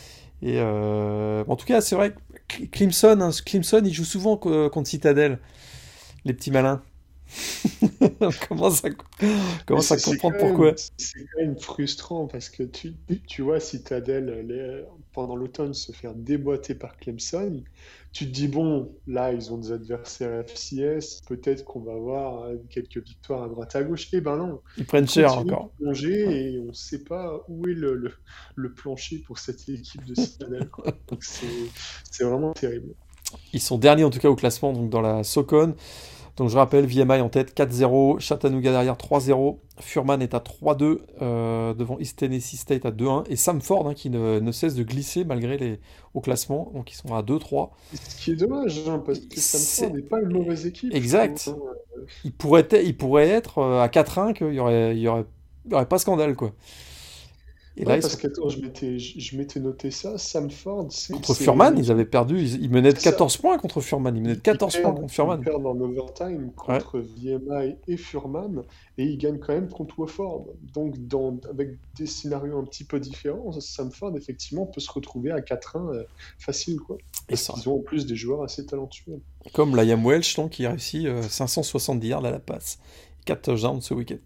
En tout cas, c'est vrai que Clemson, hein, Clemson, il joue souvent contre Citadel, les petits malins. On commence à, on Mais commence à comprendre pourquoi. c'est quand même frustrant parce que tu vois Citadel pendant l'automne se faire déboîter par Clemson. Tu te dis, bon, là, ils ont des adversaires FCS, peut-être qu'on va avoir quelques victoires à droite à gauche. Eh ben non, Ils ils prennent cher continuent de encore. Ouais. plonger et on ne sait pas où est le plancher pour cette équipe de Citadel, quoi. Donc c'est vraiment terrible. Ils sont derniers en tout cas au classement, donc dans la Socon. Donc je rappelle, VMI en tête 4-0, Chattanooga derrière 3-0, Furman est à 3-2, devant East Tennessee State à 2-1, et Samford, hein, qui ne cesse de glisser malgré au classement, donc ils sont à 2-3. Ce qui est dommage, hein, parce que Stanford C'est n'est pas une mauvaise équipe, je trouve, exact. hein. Il pourrait être à 4-1 il y aurait pas scandale, quoi. Et là, Ouais, ils parce sont que attends, je m'étais noté ça. Samford, contre Furman, ils avaient perdu, ils menaient de c'est ça. 14 points contre Furman, ils menaient de 14 points contre Ils Furman. perdent en overtime Ouais, contre VMI et Furman, et ils gagnent quand même contre Wofford. Donc, avec des scénarios un petit peu différents, Samford, effectivement, peut se retrouver à 4-1 facile, quoi. et Parce ça. qu'ils ont en plus des joueurs assez talentueux. Comme Liam Welch, donc, qui a réussi 570 yards à la passe. 4 touchdowns ce week-end.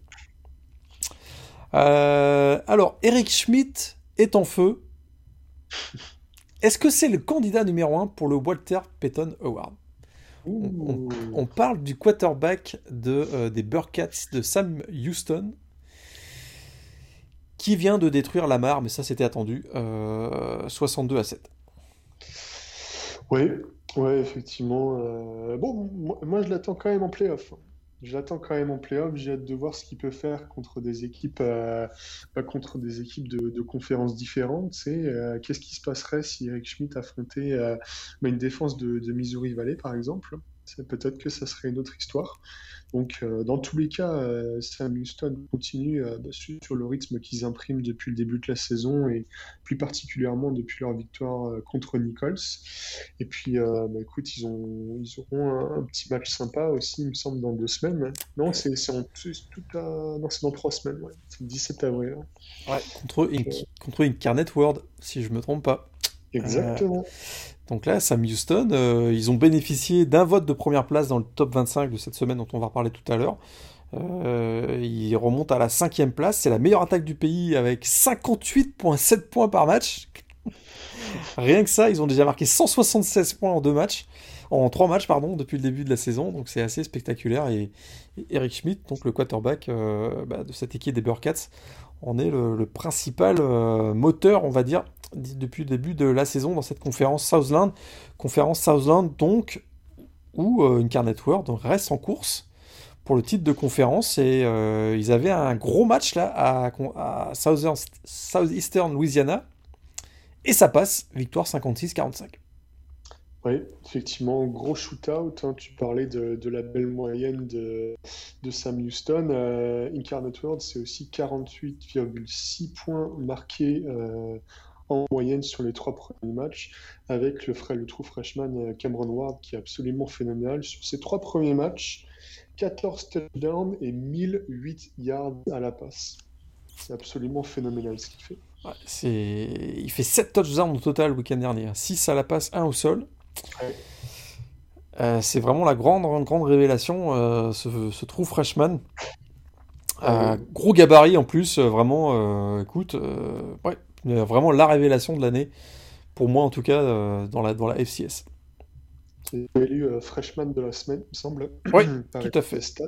Alors, Eric Schmidt est en feu. Est-ce que c'est le candidat numéro un pour le Walter Payton Award? on, on- Ouh. on parle du quarterback des Bearcats de Sam Houston, qui vient de détruire Lamar, mais ça c'était attendu, 62-7. Oui, ouais, effectivement. Bon, moi, je l'attends quand même en playoff, hein. Je l'attends quand même en playoff. J'ai hâte de voir ce qu'il peut faire contre des équipes de conférences différentes. Qu'est-ce qui se passerait si Eric Schmidt affrontait une défense de Missouri Valley, par exemple? Peut-être que ça serait une autre histoire. Donc, dans tous les cas, Sam Houston continue sur le rythme qu'ils impriment depuis le début de la saison et plus particulièrement depuis leur victoire contre Nichols. Et puis, écoute, ils auront un petit match sympa aussi, il me semble, dans 2 semaines. Hein. Non, non, c'est dans 3 semaines. Ouais. C'est le 17 avril. Hein. Ouais, contre Incarnate World, si je me trompe pas. Exactement. Donc là, Sam Houston, ils ont bénéficié d'un vote de première place dans le top 25 de cette semaine dont on va reparler tout à l'heure. Ils remontent à la 5e place. C'est la meilleure attaque du pays avec 58,7 points par match. Rien que ça, ils ont déjà marqué 176 points en 3 matchs, depuis le début de la saison. Donc c'est assez spectaculaire. Et Eric Schmidt, donc le quarterback de cette équipe des Bearcats, en est le principal moteur, on va dire, depuis le début de la saison dans cette conférence Southland. Conférence Southland, donc, où Incarnate World reste en course pour le titre de conférence. Et ils avaient un gros match là à Southeastern Louisiana. Et ça passe, victoire 56-45. Oui, effectivement, gros shootout. Hein. Tu parlais de la belle moyenne de Sam Houston. Incarnate World, c'est aussi 48,6 points marqués en moyenne sur les 3 premiers matchs, avec le true freshman Cameron Ward qui est absolument phénoménal. Sur ces 3 premiers matchs, 14 touchdowns et 1008 yards à la passe. C'est absolument phénoménal ce qu'il fait. Ouais, il fait 7 touchdowns au total le week-end dernier. 6 à la passe, 1 au sol. Ouais. C'est vraiment la grande révélation, ce true freshman. Gros gabarit en plus, vraiment, écoute, ouais, vraiment la révélation de l'année, pour moi en tout cas, dans la FCS. C'est élu freshman de la semaine, il me semble. Oui, par tout à fait. Stats.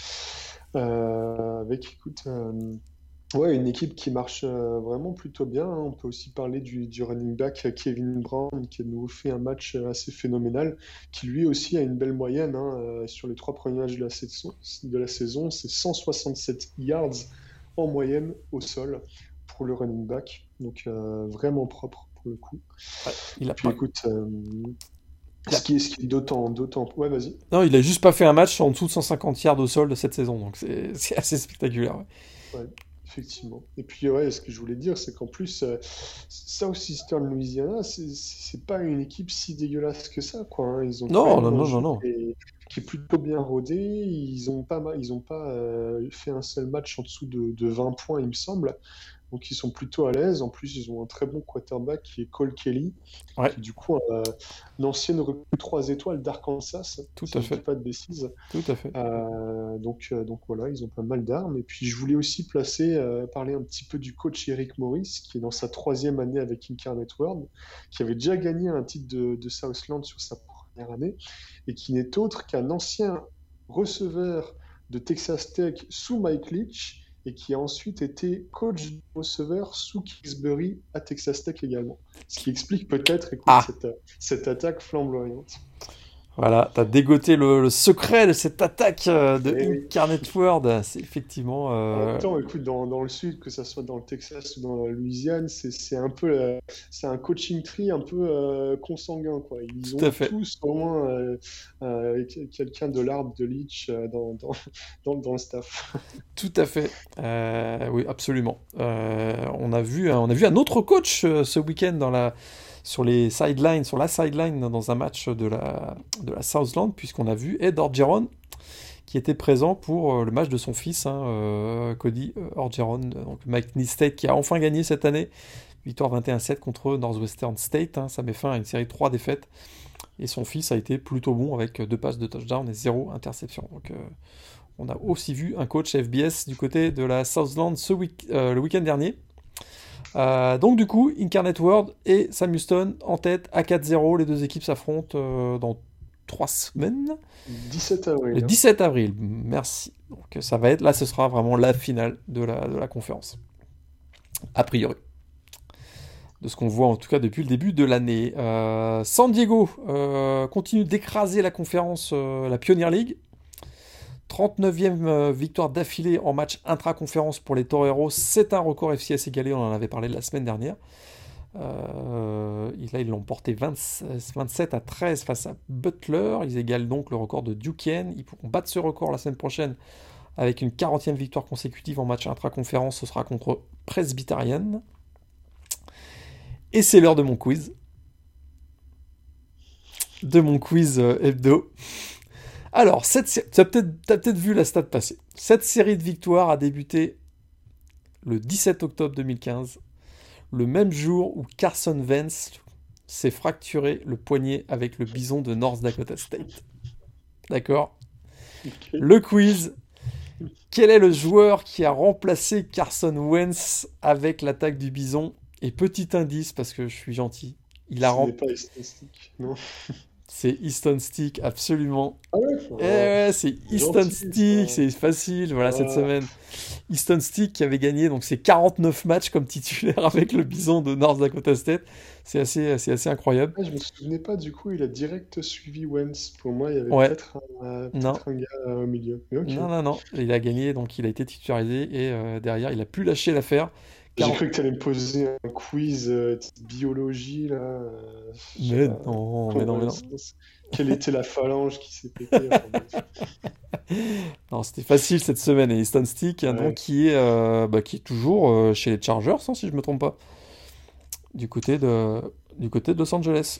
Avec, écoute, ouais, une équipe qui marche vraiment plutôt bien. Hein. On peut aussi parler du running back Kevin Brown qui a de nouveau fait un match assez phénoménal, qui lui aussi a une belle moyenne. Hein, sur les 3 premiers matchs de la saison, c'est 167 yards en moyenne au sol pour le running back. Donc vraiment propre pour le coup. Ouais, il a Puis pas... écoute, ce qui est d'autant... Ouais, vas-y. Non, il a juste pas fait un match en dessous de 150 yards au sol de cette saison, donc c'est assez spectaculaire. Ouais. Ouais, effectivement. Et puis, ouais, ce que je voulais dire, c'est qu'en plus, Southeastern Louisiana, c'est pas une équipe si dégueulasse que ça, quoi. Hein. Ils ont quand même un jeu Non. qui est plutôt bien rodé. Ils ont pas fait un seul match en dessous de 20 points, il me semble. Donc, ils sont plutôt à l'aise. En plus, ils ont un très bon quarterback qui est Cole Kelly, Ouais, qui est du coup une ancienne recrue 3 étoiles d'Arkansas, tout si à je dis fait. pas de bêtises. Tout à fait. Donc voilà, ils ont pas mal d'armes. Et puis je voulais aussi parler un petit peu du coach Eric Morris, qui est dans sa 3e année avec Incarnate World, qui avait déjà gagné un titre de Southland sur sa première année, et qui n'est autre qu'un ancien receveur de Texas Tech sous Mike Leach, et qui a ensuite été coach de receveur sous Kingsbury à Texas Tech également. Ce qui explique peut-être, cette attaque flamboyante. Voilà, t'as dégoté le secret de cette attaque de Et oui. Incarnate World. C'est effectivement... En même temps, écoute, dans le sud, que ça soit dans le Texas ou dans la Louisiane, c'est un peu, c'est un coaching tree un peu consanguin, quoi. Ils Tout à ont fait. tous au moins quelqu'un de l'arbre de Leach dans le staff. Tout à fait. Oui, absolument. On a vu un autre coach ce week-end sur la sideline dans un match de la Southland, puisqu'on a vu Ed Orgeron qui était présent pour le match de son fils, Cody Orgeron, donc McNeese State, qui a enfin gagné cette année. Victoire 21-7 contre Northwestern State. Ça met fin à une série de 3 défaites. Et son fils a été plutôt bon avec 2 passes de touchdown et 0 interception. Donc on a aussi vu un coach FBS du côté de la Southland le week-end dernier. Donc du coup, Incarnate World et Sam Houston en tête à 4-0. Les deux équipes s'affrontent dans 3 semaines. 17 avril. Le 17 avril, merci. Donc ça va être, là ce sera vraiment la finale de la conférence. A priori. De ce qu'on voit en tout cas depuis le début de l'année. San Diego continue d'écraser la conférence, la Pioneer League. 39e victoire d'affilée en match intra-conférence pour les Toreros. C'est un record FCS égalé, on en avait parlé la semaine dernière. Là, ils l'ont porté 27-13 face à Butler. Ils égalent donc le record de Duquesne. Ils pourront battre ce record la semaine prochaine avec une 40e victoire consécutive en match intra-conférence. Ce sera contre Presbyterian. Et c'est l'heure de mon quiz. Hebdo. Alors, tu as peut-être vu la stat passer. Cette série de victoires a débuté le 17 octobre 2015, le même jour où Carson Wentz s'est fracturé le poignet avec le Bison de North Dakota State. D'accord ? Ok. Le quiz. Quel est le joueur qui a remplacé Carson Wentz avec l'attaque du Bison ? Et petit indice, parce que je suis gentil, Ce n'est pas Easton Stick, non? c'est Easton Stick, absolument. Ah ouais, Ouais, c'est Easton gentil, Stick, ça. c'est facile, voilà, cette Ah, semaine. Easton Stick qui avait gagné donc ses 49 matchs comme titulaire avec le Bison de North Dakota State. C'est assez incroyable. je me souvenais pas, du coup, il a direct suivi Wentz. Pour moi, il y avait Ouais, peut-être non, un gars au milieu. Mais ok. non. Il a gagné, donc il a été titularisé et derrière, il a pu lâcher l'affaire. J'ai 40... cru que tu allais me poser un quiz biologie, là, sur Mais la non. convalescence. Quelle était la phalange qui s'est pétée? Enfin, bref. Non, c'était facile cette semaine. Et Easton Stick, hein, donc, Ouais. qui est toujours chez les Chargers, hein, si je me trompe pas, du côté de Los Angeles.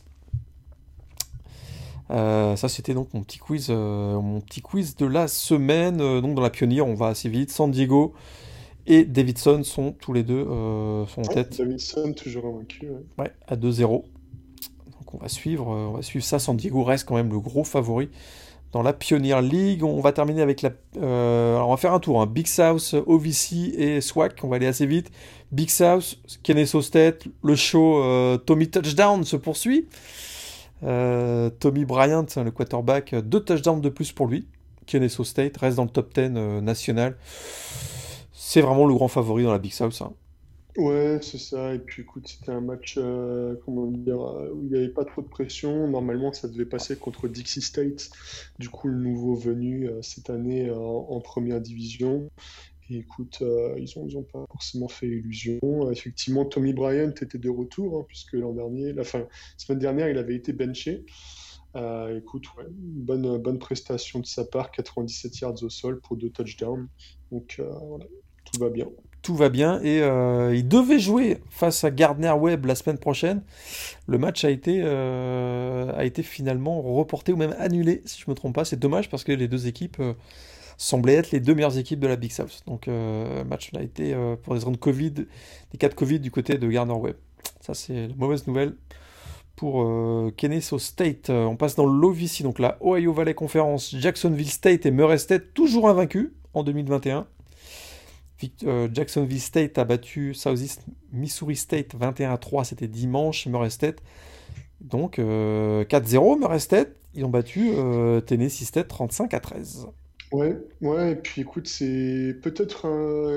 Ça, c'était donc mon petit quiz de la semaine. Donc, dans la pionnière, on va assez vite. San Diego et Davidson sont tous les deux sont en Ouais, tête, Davidson, toujours invaincu. Ouais. ouais, à 2-0. Donc, on va suivre ça. San Diego reste quand même le gros favori dans la Pioneer League. On va terminer avec alors, on va faire un tour. Hein. Big South, OVC et SWAC. On va aller assez vite. Big South, Kennesaw State. Le show Tommy Touchdown se poursuit. Tommy Bryant, le quarterback, 2 touchdowns de plus pour lui. Kennesaw State reste dans le top 10 national. C'est vraiment le grand favori dans la Big South. Hein. Ouais, c'est ça. Et puis écoute, c'était un match, comment dire, où il n'y avait pas trop de pression. Normalement, ça devait passer contre Dixie State, du coup, le nouveau venu cette année en première division. Et écoute, ils ont pas forcément fait illusion. Effectivement, Tommy Bryant était de retour, hein, puisque l'an dernier, la semaine dernière, il avait été benché. Écoute, ouais, bonne prestation de sa part, 97 yards au sol pour 2 touchdowns. Donc voilà, tout va bien. Tout va bien et il devait jouer face à Gardner Webb la semaine prochaine. Le match a été finalement reporté ou même annulé, si je me trompe pas. C'est dommage parce que les deux équipes semblaient être les deux meilleures équipes de la Big South. Donc le match a été pour des raisons de Covid, des cas de Covid du côté de Gardner Webb. Ça c'est la mauvaise nouvelle pour Kennesaw State. On passe dans l'OVC, donc la Ohio Valley Conference. Jacksonville State et Murray State toujours invaincus en 2021. Jacksonville State a battu Southeast Missouri State 21-3, c'était dimanche. Murray State, donc 4-0. Murray State, ils ont battu Tennessee State 35-13. Ouais, et puis écoute, c'est peut-être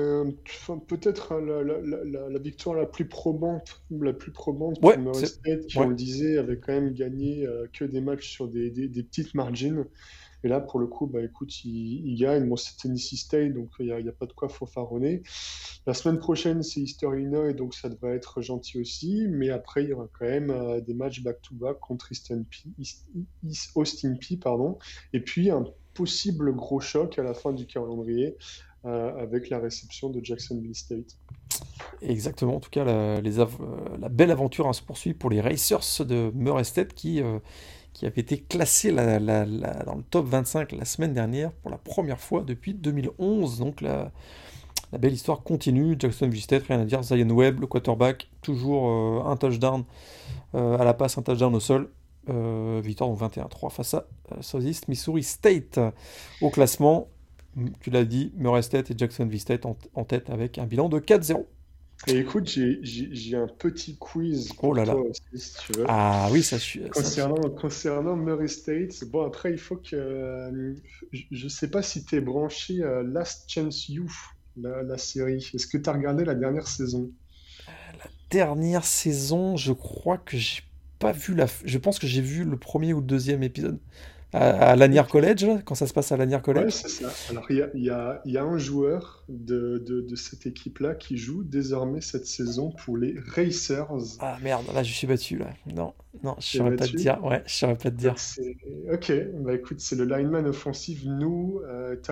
la victoire la plus probante Ouais, pour Murray State, qui, on ouais, le disait, avait quand même gagné que des matchs sur des petites margins. Et là, pour le coup, bah écoute, il gagne. Bon, c'est Tennessee State, donc il y a pas de quoi fanfaronner. La semaine prochaine, c'est Eastern Illinois, donc ça devrait être gentil aussi. Mais après, il y aura quand même des matchs back-to-back contre Austin Peay, pardon. Et puis, un possible gros choc à la fin du calendrier avec la réception de Jacksonville State. exactement. En tout cas, la belle aventure se poursuit pour les Racers de Murray State qui avait été classés dans le top 25 la semaine dernière pour la première fois depuis 2011. Donc la belle histoire continue. Jacksonville State, rien à dire. Zion Webb, le quarterback, toujours un touchdown à la passe, un touchdown au sol. Victoire donc 21-3 face à Southeast Missouri State. Au classement, tu l'as dit, Murray State et Jacksonville State en tête avec un bilan de 4-0. Et écoute, j'ai un petit quiz Oh pour là là. toi aussi, si tu veux. Ah oui, ça, Concernant Murray State, bon après il faut que je sais pas si tu es branché Last Chance You, la série. Est-ce que tu as regardé la dernière saison? dernière saison, je crois que j'ai pas vu je pense que j'ai vu le premier ou le deuxième épisode. à Lanier College, là, quand ça se passe à Lanier Ouais, College? c'est ça. Alors, il y a un joueur de cette équipe-là qui joue désormais cette saison pour les Racers. Ah merde, là je suis battu là. Non, non, je T'es saurais pas te battu? dire. Ouais, je saurais pas te Donc, dire. c'est... Ok, bah écoute, c'est le lineman offensif Nou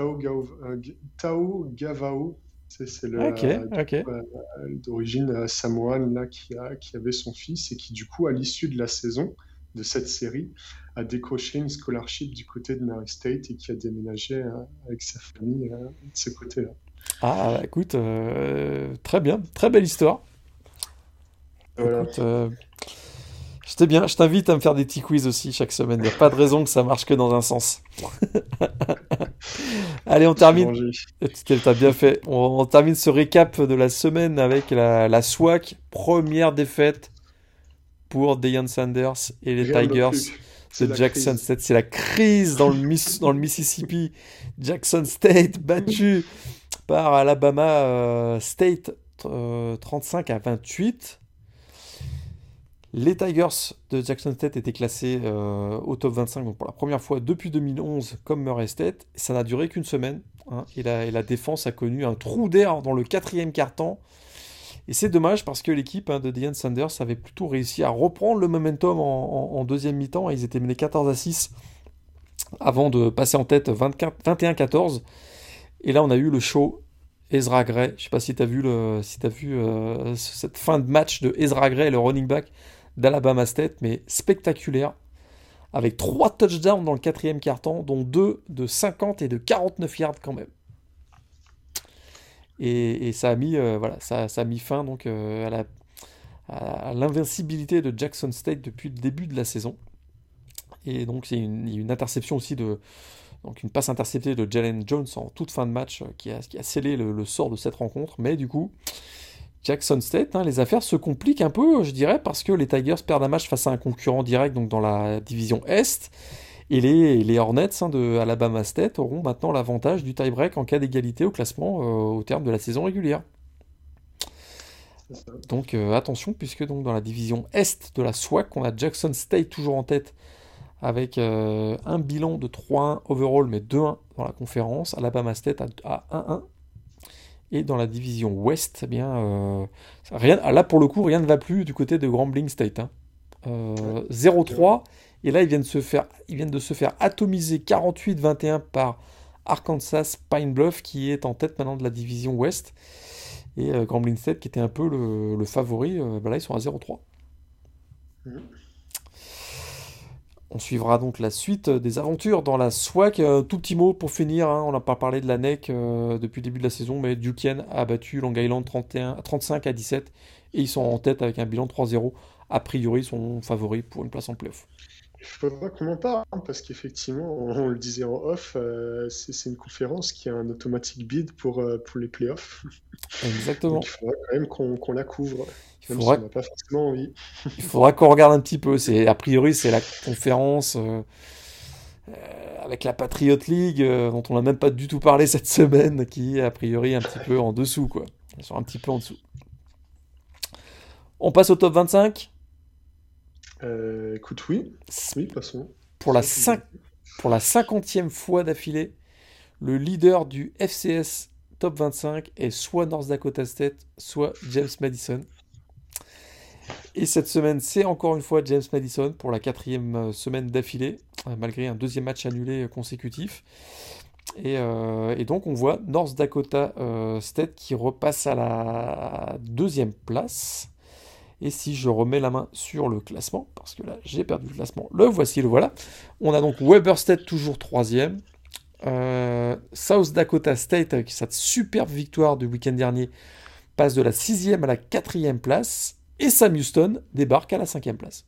Tao Gavao. C'est le, Ok, ok. d'origine samoane là, qui avait son fils et qui, du coup, à l'issue de la saison de cette série, a décroché une scholarship du côté de Murray State et qui a déménagé avec sa famille de ce côté-là. Ah, bah, écoute, très bien, très belle histoire. Voilà. Écoute, j'étais bien, je t'invite à me faire des petits quiz aussi chaque semaine. Il n'y a pas de raison que ça marche que dans un sens. Allez, on Je suis termine. vengé. T'as bien fait. On termine ce récap de la semaine avec la SWAC. Première défaite pour Deion Sanders et les Rien ne va Tigers plus. C'est de la Jackson crise. State. C'est la crise dans le Mississippi. Jackson State battu par Alabama State 35-28. Les Tigers de Jackson State étaient classés au top 25 donc pour la première fois depuis 2011 comme Murray State. Ça n'a duré qu'une semaine, hein, et la défense a connu un trou d'air dans le quatrième quart-temps. Et c'est dommage parce que l'équipe, hein, de Deion Sanders avait plutôt réussi à reprendre le momentum en deuxième mi-temps. Ils étaient menés 14-6 avant de passer en tête 21-14. Et là, on a eu le show Ezra Gray. Je ne sais pas si tu as vu, cette fin de match de Ezra Gray, le running back d'Alabama State, mais spectaculaire, avec 3 touchdowns dans le quatrième quart-temps, dont 2 de 50 et de 49 yards quand même. Et ça a mis, voilà, ça a mis fin donc à l'invincibilité de Jackson State depuis le début de la saison. Et donc il y a une interception aussi donc une passe interceptée de Jalen Jones en toute fin de match qui a scellé le sort de cette rencontre. Mais du coup, Jackson State, hein, les affaires se compliquent un peu, je dirais, parce que les Tigers perdent un match face à un concurrent direct donc dans la division Est. Et les Hornets, hein, de Alabama State auront maintenant l'avantage du tie-break en cas d'égalité au classement au terme de la saison régulière. C'est ça. Donc attention, puisque donc dans la division Est de la SWAC, on a Jackson State toujours en tête avec un bilan de 3-1 overall, mais 2-1 dans la conférence. Alabama State à 1-1. Et dans la division Ouest, eh bien, là pour le coup, rien ne va plus du côté de Grambling State, hein. Ouais, effectivement. 0-3. Et là, ils viennent de se faire atomiser 48-21 par Arkansas Pine Bluff, qui est en tête maintenant de la division Ouest. Et Grambling State, qui était un peu le favori, bah là, ils sont à 0-3. Mhm. On suivra donc la suite des aventures dans la SWAC. Tout petit mot pour finir, hein, on n'a pas parlé de la NEC depuis le début de la saison, mais Duquesne a battu Long Island 35-17 et ils sont en tête avec un bilan de 3-0. A priori, ils sont favoris pour une place en playoff. Il faudra qu'on en parle, hein, parce qu'effectivement, on le disait en off, c'est une conférence qui a un automatic bid pour les playoffs. Donc Exactement. il faudra quand même qu'on la couvre, Il même si on faudra, n'a pas forcément envie. il faudra qu'on regarde un petit peu. A priori, c'est la conférence avec la Patriot League, dont on n'a même pas du tout parlé cette semaine, qui est a priori un petit peu en dessous, quoi. Ils sont un petit peu en dessous. On passe au top 25. Écoute, oui, oui, passons. Pour la, Passons au top 20. cin- pour la 50e fois d'affilée, le leader du FCS top 25 est soit North Dakota State, soit James Madison. Et cette semaine, c'est encore une fois James Madison pour la 4e semaine d'affilée, malgré un deuxième match annulé consécutif. Et donc on voit North Dakota State qui repasse à la 2e place. Et si je remets la main sur le classement, parce que là j'ai perdu le classement, le voici, le voilà. On a donc Weber State toujours 3e. South Dakota State, avec cette superbe victoire du week-end dernier, passe de la 6e à la 4e place. Et Sam Houston débarque à la 5e place.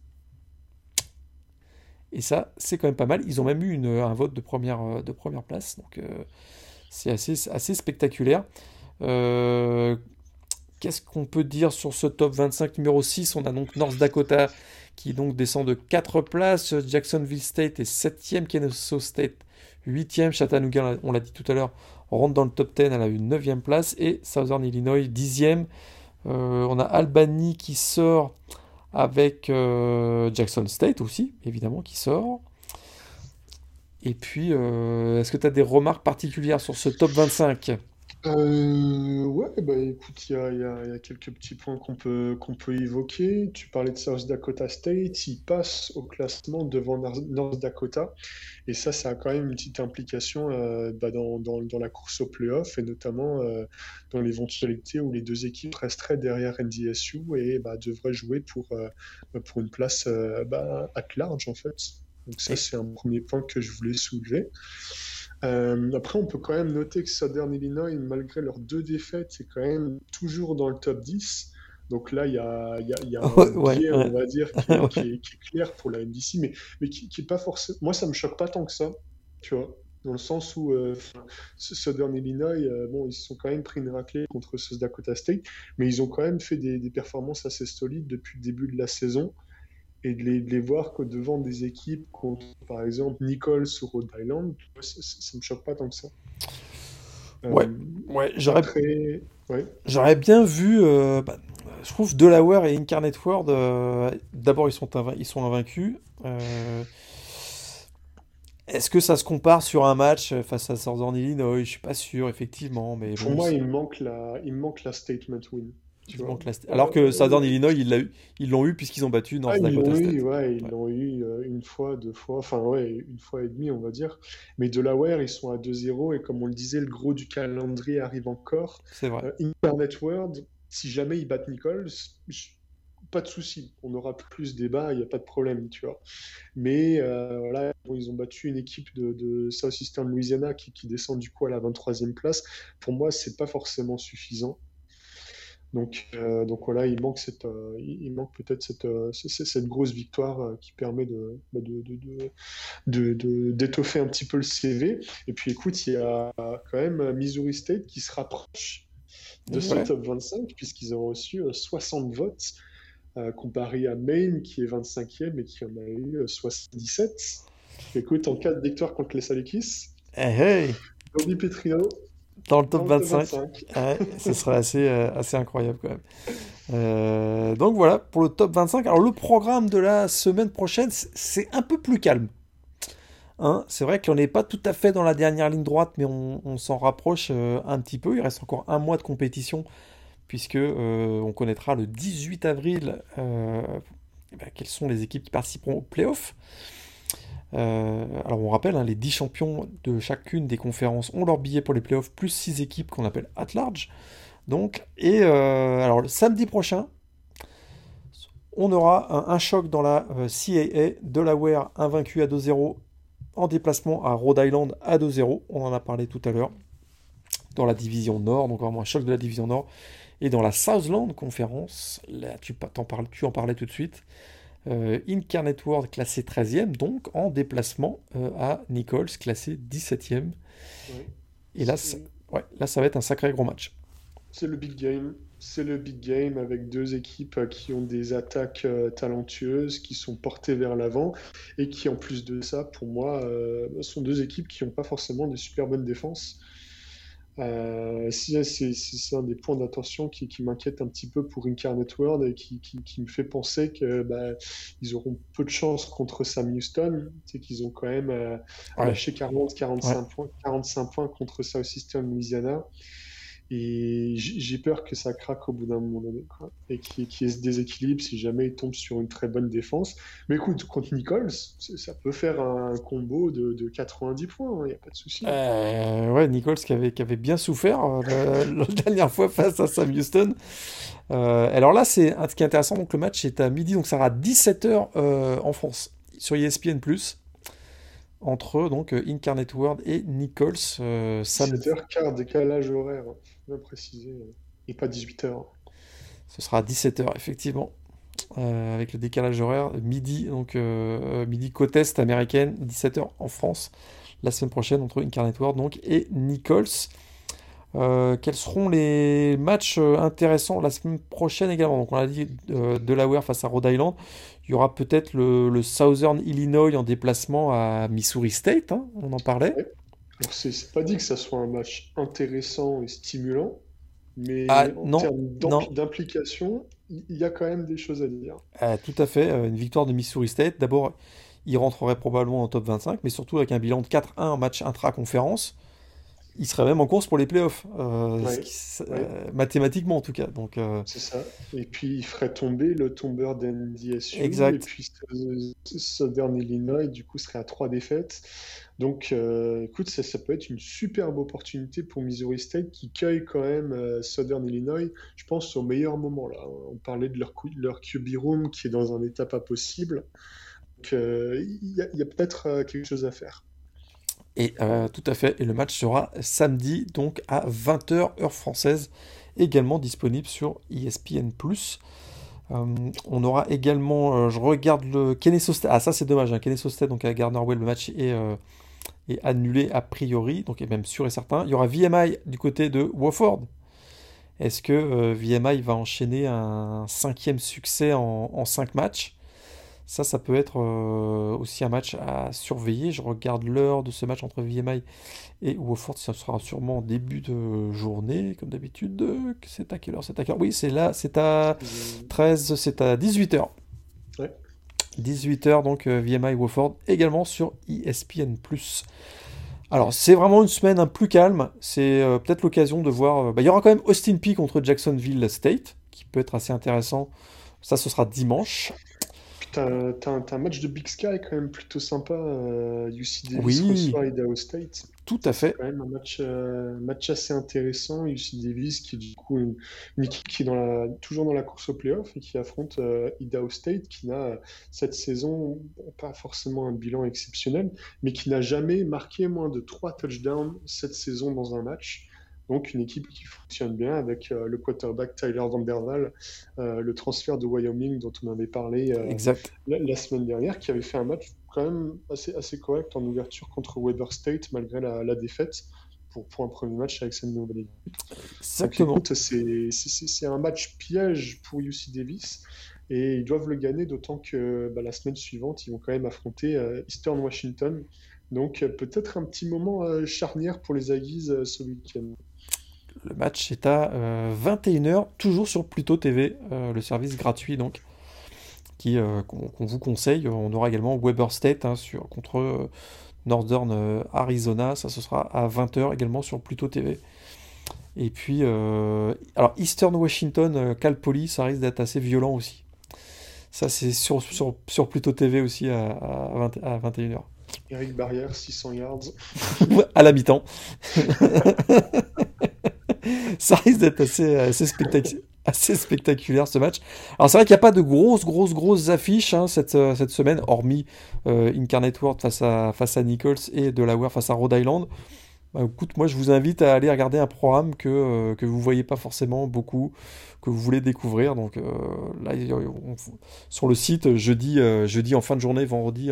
Et ça, c'est quand même pas mal. Ils ont même eu un vote de première place. Donc c'est assez spectaculaire. Euh, Qu'est-ce qu'on peut dire sur ce top 25 numéro 6? On a donc North Dakota qui donc descend de 4 places. Jacksonville State est 7e. Kennesaw State 8e. Chattanooga, on l'a dit tout à l'heure, rentre dans le top 10 à la 9e place. Et Southern Illinois 10e. On a Albany qui sort avec Jackson State aussi, évidemment, qui sort. Et puis, est-ce que tu as des remarques particulières sur ce top 25? Ouais, bah écoute, il y a quelques petits points qu'on peut évoquer. Tu parlais de South Dakota State, il passe au classement devant North Dakota, et ça a quand même une petite implication bah, dans la course au playoff, et notamment dans l'éventualité où les deux équipes resteraient derrière NDSU et bah, devraient jouer pour une place bah, at large en fait. Donc ça, Et- c'est un premier point que je voulais soulever. Après, on peut quand même noter que Southern Illinois, malgré leurs deux défaites, c'est quand même toujours dans le top 10. Donc là, il y a un Ouais, ouais, biais, ouais. on va dire, Ouais. qui est clair pour la NBC, mais qui est pas forcément. Moi, ça me choque pas tant que ça, tu vois. Dans le sens où Southern Illinois, bon, ils se sont quand même pris une raclée contre South Dakota State, mais ils ont quand même fait des performances assez solides depuis le début de la saison et de les voir que devant des équipes contre, par exemple, Nichols ou Rhode Island, ça me choque pas tant que ça. Ouais, Euh, ouais, après, ouais. j'aurais bien vu. Je trouve Delaware et Incarnate World. D'abord, ils sont invaincus. Est-ce que ça se compare sur un match face à Southern Illinois? Je suis pas sûr, effectivement, mais Pour bon, moi, il me manque la statement win, tu il vois. manque alors que Southern Illinois, ils l'ont eu puisqu'ils ont battu Ah, North ils Dakota l'ont eu, State. ouais, ils Ouais, l'ont eu une fois, deux fois, enfin ouais, une fois et demie, on va dire. Mais Delaware, ils sont à 2-0 et comme on le disait, le gros du calendrier arrive encore. c'est vrai. Incarnate World, si jamais ils battent Nichols, pas de souci, on aura plus de débat, il n'y a pas de problème, tu vois. Mais voilà, bon, ils ont battu une équipe de Southeastern Louisiana qui descend du coup à la 23e place. Pour moi, c'est pas forcément suffisant. Donc voilà, il manque peut-être cette grosse victoire qui permet d'étoffer un petit peu le CV. Et puis écoute, il y a quand même Missouri State qui se rapproche de Et ce ouais. top 25 puisqu'ils ont reçu 60 votes comparé à Maine qui est 25e et qui en a eu 77. Écoute, en cas de victoire contre les Salukis, Hey, hey, Bobby Petrino dans le top dans le top 25. 25. Ouais, ce serait assez incroyable quand même. Donc voilà pour le top 25. Alors le programme de la semaine prochaine, c'est un peu plus calme. Hein, c'est vrai qu'on n'est pas tout à fait dans la dernière ligne droite, mais on s'en rapproche un petit peu. Il reste encore un mois de compétition, puisque on connaîtra le 18 avril quelles sont les équipes qui participeront aux playoffs. Alors on rappelle, hein, les 10 champions de chacune des conférences ont leur billet pour les playoffs, plus 6 équipes qu'on appelle at large. Donc, et alors le samedi prochain, on aura un choc dans la CAA, Delaware invaincu à 2-0 en déplacement à Rhode Island à 2-0. On en a parlé tout à l'heure dans la division Nord, donc vraiment un choc de la division Nord. Et dans la Southland Conference, là tu en parlais tout de suite, Incarnate World classé 13e, donc en déplacement à Nichols classé 17e. Ouais. Et là, C'est ouais, là, ça va être un sacré gros match. c'est le big game. C'est le big game avec deux équipes qui ont des attaques talentueuses, qui sont portées vers l'avant et qui, en plus de ça, pour moi, sont deux équipes qui n'ont pas forcément de super bonnes défenses. C'est un des points d'attention qui m'inquiète un petit peu pour Incarnate World et qui me fait penser que bah, ils auront peu de chance contre Sam Houston. C'est qu'ils ont quand même Ouais, lâché ouais. 45 points contre Southeastern Louisiana. Et j'ai peur que ça craque au bout d'un moment donné, quoi. Et qu'il y ait ce déséquilibre si jamais il tombe sur une très bonne défense. Mais écoute, contre Nichols, ça peut faire un combo de 90 points, il n'y a pas de souci. Ouais, Nichols qui avait bien souffert la dernière fois face à Sam Houston. Alors là, ce qui est intéressant, donc le match est à midi, donc ça sera 17h en France, sur ESPN+, entre donc Incarnate World et Nichols samedi. 17h, quart décalage horaire, hein, faut bien préciser, et pas 18h. Ce sera à 17h, effectivement, avec le décalage horaire, midi, donc midi côte est américaine, 17h en France, la semaine prochaine, entre Incarnate World donc, et Nichols. Quels seront les matchs intéressants la semaine prochaine également? Donc on a dit Delaware face à Rhode Island. Il y aura peut-être le Southern Illinois en déplacement à Missouri State, hein, on en parlait. Ouais. Alors, c'est pas dit que ça soit un match intéressant et stimulant, Ah mais en non, termes non, d'implication, il y a quand même des choses à dire. tout à fait. Une victoire de Missouri State. D'abord, il rentrerait probablement en top 25, mais surtout avec un bilan de 4-1 en match intra-conférence, il serait même en course pour les playoffs, Ouais, ouais, mathématiquement en tout cas. Donc, c'est ça. Et puis il ferait tomber le tombeur d'NDSU, et exact. puis Southern Illinois, du coup, serait à 3 défaites. Donc, écoute, ça peut être une superbe opportunité pour Missouri State qui cueille quand même Southern Illinois, je pense, au meilleur moment là. On parlait de leur QB room qui est dans un état pas possible. Donc, il y a peut-être quelque chose à faire. Et tout à fait. Et le match sera samedi, donc à 20h heure française, également disponible sur ESPN+. On aura également, je regarde le Kennesaw State. Ah ça c'est dommage, hein. Kennesaw State donc à Gardner-Webb, le match est annulé a priori, donc est même sûr et certain. Il y aura VMI du côté de Wofford. Est-ce que VMI va enchaîner un 5e succès en 5 matchs? Ça peut être aussi un match à surveiller. Je regarde l'heure de ce match entre VMI et Wofford. Ça sera sûrement en début de journée, comme d'habitude. C'est à quelle heure? C'est à quelle heure? Oui, c'est là, c'est à Euh, 13, c'est à 18h. ouais. 18h, donc VMI Wofford, également sur ESPN+. Alors, c'est vraiment une semaine plus calme. C'est peut-être l'occasion de voir. Il y aura quand même Austin Peay contre Jacksonville State, qui peut être assez intéressant. Ça, ce sera dimanche. Puis t'as un match de Big Sky quand même plutôt sympa. UC Davis Oui, reçoit Idaho State. tout à Ça, c'est fait. quand même un match assez intéressant. UC Davis, qui est du coup une équipe qui est toujours dans la course au playoff et qui affronte Idaho State, qui n'a cette saison pas forcément un bilan exceptionnel, mais qui n'a jamais marqué moins de 3 touchdowns cette saison dans un match. Donc une équipe qui fonctionne bien avec le quarterback Tyler Vanderwaal, le transfert de Wyoming dont on avait parlé Exact. la semaine dernière, qui avait fait un match quand même assez correct en ouverture contre Weber State malgré la défaite pour un premier match avec cette nouvelle équipe. Donc Exactement. écoute, c'est un match piège pour UC Davis et ils doivent le gagner, d'autant que la semaine suivante, ils vont quand même affronter Eastern Washington. Donc peut-être un petit moment charnière pour les Aggies ce week-end. Le match est à 21h, toujours sur Pluto TV, le service gratuit donc, qu'on vous conseille. On aura également Weber State hein, contre Northern Arizona. Ça, ce sera à 20h également sur Pluto TV. Et puis, alors Eastern Washington, Cal Poly, ça risque d'être assez violent aussi. Ça, c'est sur Pluto TV aussi à 21h. Eric Barrière, 600 yards. À la mi-temps. Ça risque d'être assez spectaculaire ce match. Alors c'est vrai qu'il n'y a pas de grosses affiches hein, cette semaine, hormis Incarnate World face à Nichols et Delaware face à Rhode Island. Bah, écoute, moi je vous invite à aller regarder un programme que vous voyez pas forcément beaucoup, que vous voulez découvrir. Donc là, sur le site, jeudi en fin de journée, vendredi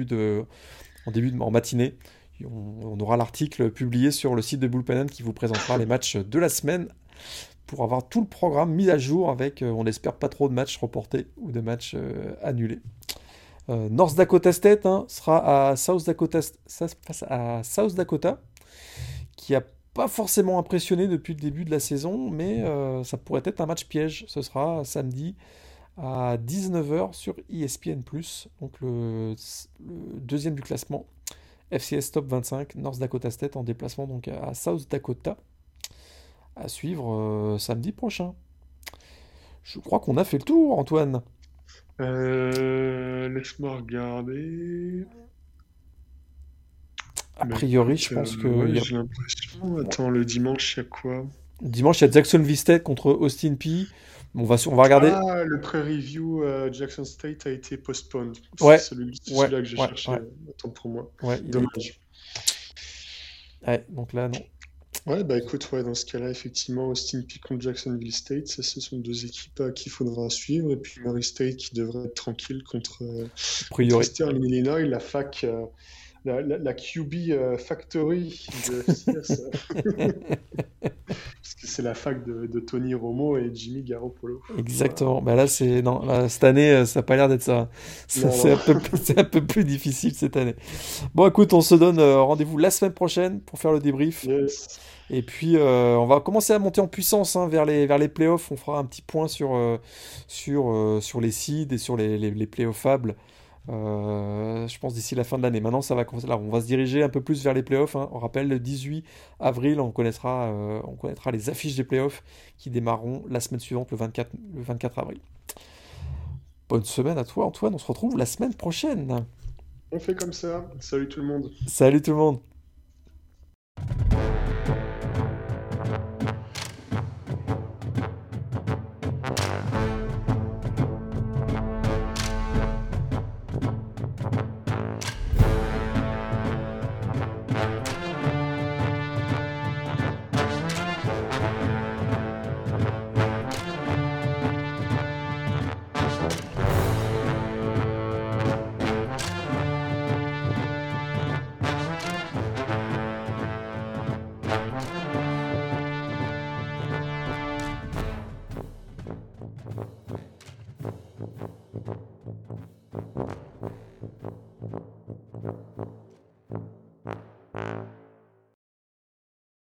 en matinée, on aura l'article publié sur le site de Bullpen qui vous présentera les matchs de la semaine pour avoir tout le programme mis à jour avec, on espère, pas trop de matchs reportés ou de matchs annulés. North Dakota State hein, sera à South Dakota, face à South Dakota, qui a pas forcément impressionné depuis le début de la saison, mais ça pourrait être un match piège. Ce sera samedi à 19h sur ESPN+, donc le deuxième du classement. FCS Top 25, North Dakota State en déplacement donc à South Dakota, à suivre samedi prochain. Je crois qu'on a fait le tour, Antoine. Laisse-moi regarder. A Bah priori, je écoute, pense que ouais, j'ai l'impression. Attends, le dimanche, il y a quoi? dimanche, il y a Jacksonville State contre Austin Peay. On va regarder. Ah, le pré-review Jackson State a été postponed. C'est Ouais, celui-là que j'ai ouais, cherché. ouais. Attends pour moi. Ouais, il a été. Dommage. Ouais, donc là, non. Ouais, bah écoute, ouais, dans ce cas-là, effectivement, Austin Peay contre Jacksonville State, ça, ce sont deux équipes qu'il faudra suivre. Et puis Murray State qui devrait être tranquille A contre priori. Eastern Illinois, la fac, la QB Factory de FCS. Parce que c'est la fac de Tony Romo et Jimmy Garoppolo. Voilà. Exactement. Bah là, non, là, cette année, ça n'a pas l'air d'être ça. Non, C'est non. c'est un peu plus difficile cette année. Bon, écoute, on se donne rendez-vous la semaine prochaine pour faire le débrief. Yes. Et puis, on va commencer à monter en puissance hein, vers les playoffs. On fera un petit point sur les seeds et sur les playoffables Je pense d'ici la fin de l'année. Maintenant, ça va commencer. Là, on va se diriger un peu plus vers les playoffs, hein. On rappelle, le 18 avril, on connaîtra les affiches des playoffs qui démarreront la semaine suivante, le 24 avril. Bonne semaine à toi, Antoine. On se retrouve la semaine prochaine. On fait comme ça. Salut tout le monde. Salut tout le monde.